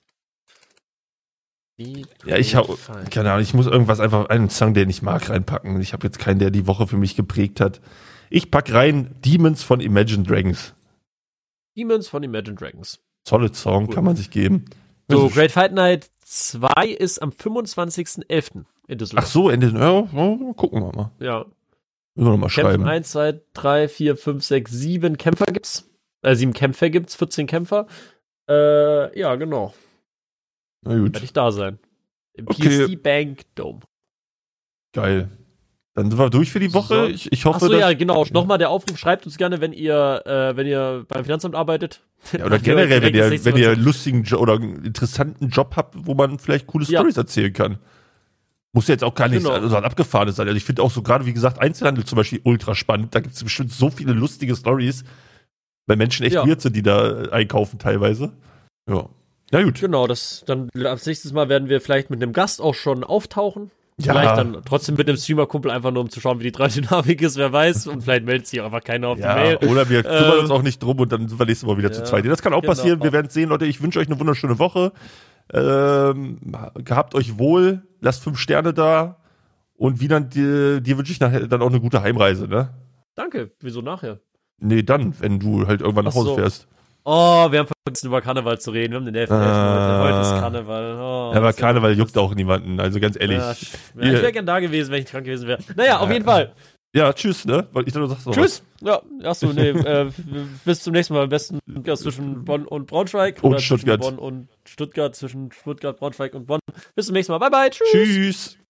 Die ja, ich hau, Fallen. keine Ahnung, ich muss irgendwas einfach, einen Song, den ich mag, reinpacken. Ich habe jetzt keinen, der die Woche für mich geprägt hat. Ich pack rein Demons von Imagine Dragons. Demons von Imagine Dragons. Solid Song, Cool. kann man sich geben. So, Also, Great Fight Night zwei ist am fünfundzwanzigsten elften in Ach Düsseldorf. so, Ende, ja, ja, gucken wir mal. Ja. Müssen wir noch mal Kämpfen schreiben. eins, zwei, drei, vier, fünf, sechs, sieben Kämpfer gibt's. Äh, sieben Kämpfer gibt's, vierzehn Kämpfer. Äh, ja, genau. Na gut, Werde ich da sein. Im Okay. P S C Bank Dome. geil. Dann sind wir durch für die Woche. So. Ich, ich hoffe, Achso, dass, ja, genau. Nochmal der Aufruf, schreibt uns gerne, wenn ihr, äh, wenn ihr beim Finanzamt arbeitet. Ja, oder generell, wenn ihr, wenn ihr einen lustigen jo oder einen interessanten Job habt, wo man vielleicht coole Ja. Stories erzählen kann. Muss ja jetzt auch gar nicht Genau. so so ein abgefahrenes sein. Also ich finde auch so gerade, wie gesagt, Einzelhandel zum Beispiel ultra spannend. Da gibt es bestimmt so viele lustige Stories, weil Menschen echt Ja. weird sind, die da äh, einkaufen teilweise. Ja. Na gut. Genau, das, dann als nächstes Mal werden wir vielleicht mit einem Gast auch schon auftauchen. Ja. Vielleicht dann trotzdem mit einem Streamer-Kumpel einfach nur, um zu schauen, wie die Dynamik ist, wer weiß. Und vielleicht meldet sich auch einfach keiner auf die Ja, Mail. oder wir kümmern Ähm, uns auch nicht drum und dann sind wir nächstes Mal wieder zu ja, zweit. Das kann auch genau. passieren. Wir werden sehen, Leute. Ich wünsche euch eine wunderschöne Woche. Ähm, gehabt euch wohl. Lasst fünf Sterne da. Und wie dann, dir, dir wünsche ich nachher dann auch eine gute Heimreise, ne? Danke, wieso nachher? Nee, dann, wenn du halt irgendwann nach Ach Hause so. fährst. Oh, wir haben vergessen, über Karneval zu reden. Wir haben den elften Ah. heute. Heute ist Karneval. Oh, Ja, aber das ist Karneval das- juckt auch niemanden. Also ganz ehrlich. Ja, Ja, sch- ja, ich wäre gern da gewesen, wenn ich krank gewesen wäre. Naja, auf jeden Fall. tschüss, ne? Weil ich dachte, du sagst noch Tschüss. Ja, achso, nee, äh, bis zum nächsten Mal. Am besten Podcast zwischen Bonn und Braunschweig. Und oder zwischen Stuttgart. Bonn und Stuttgart, zwischen Stuttgart, Braunschweig und Bonn. Bis zum nächsten Mal. Bye, bye. was. Tschüss.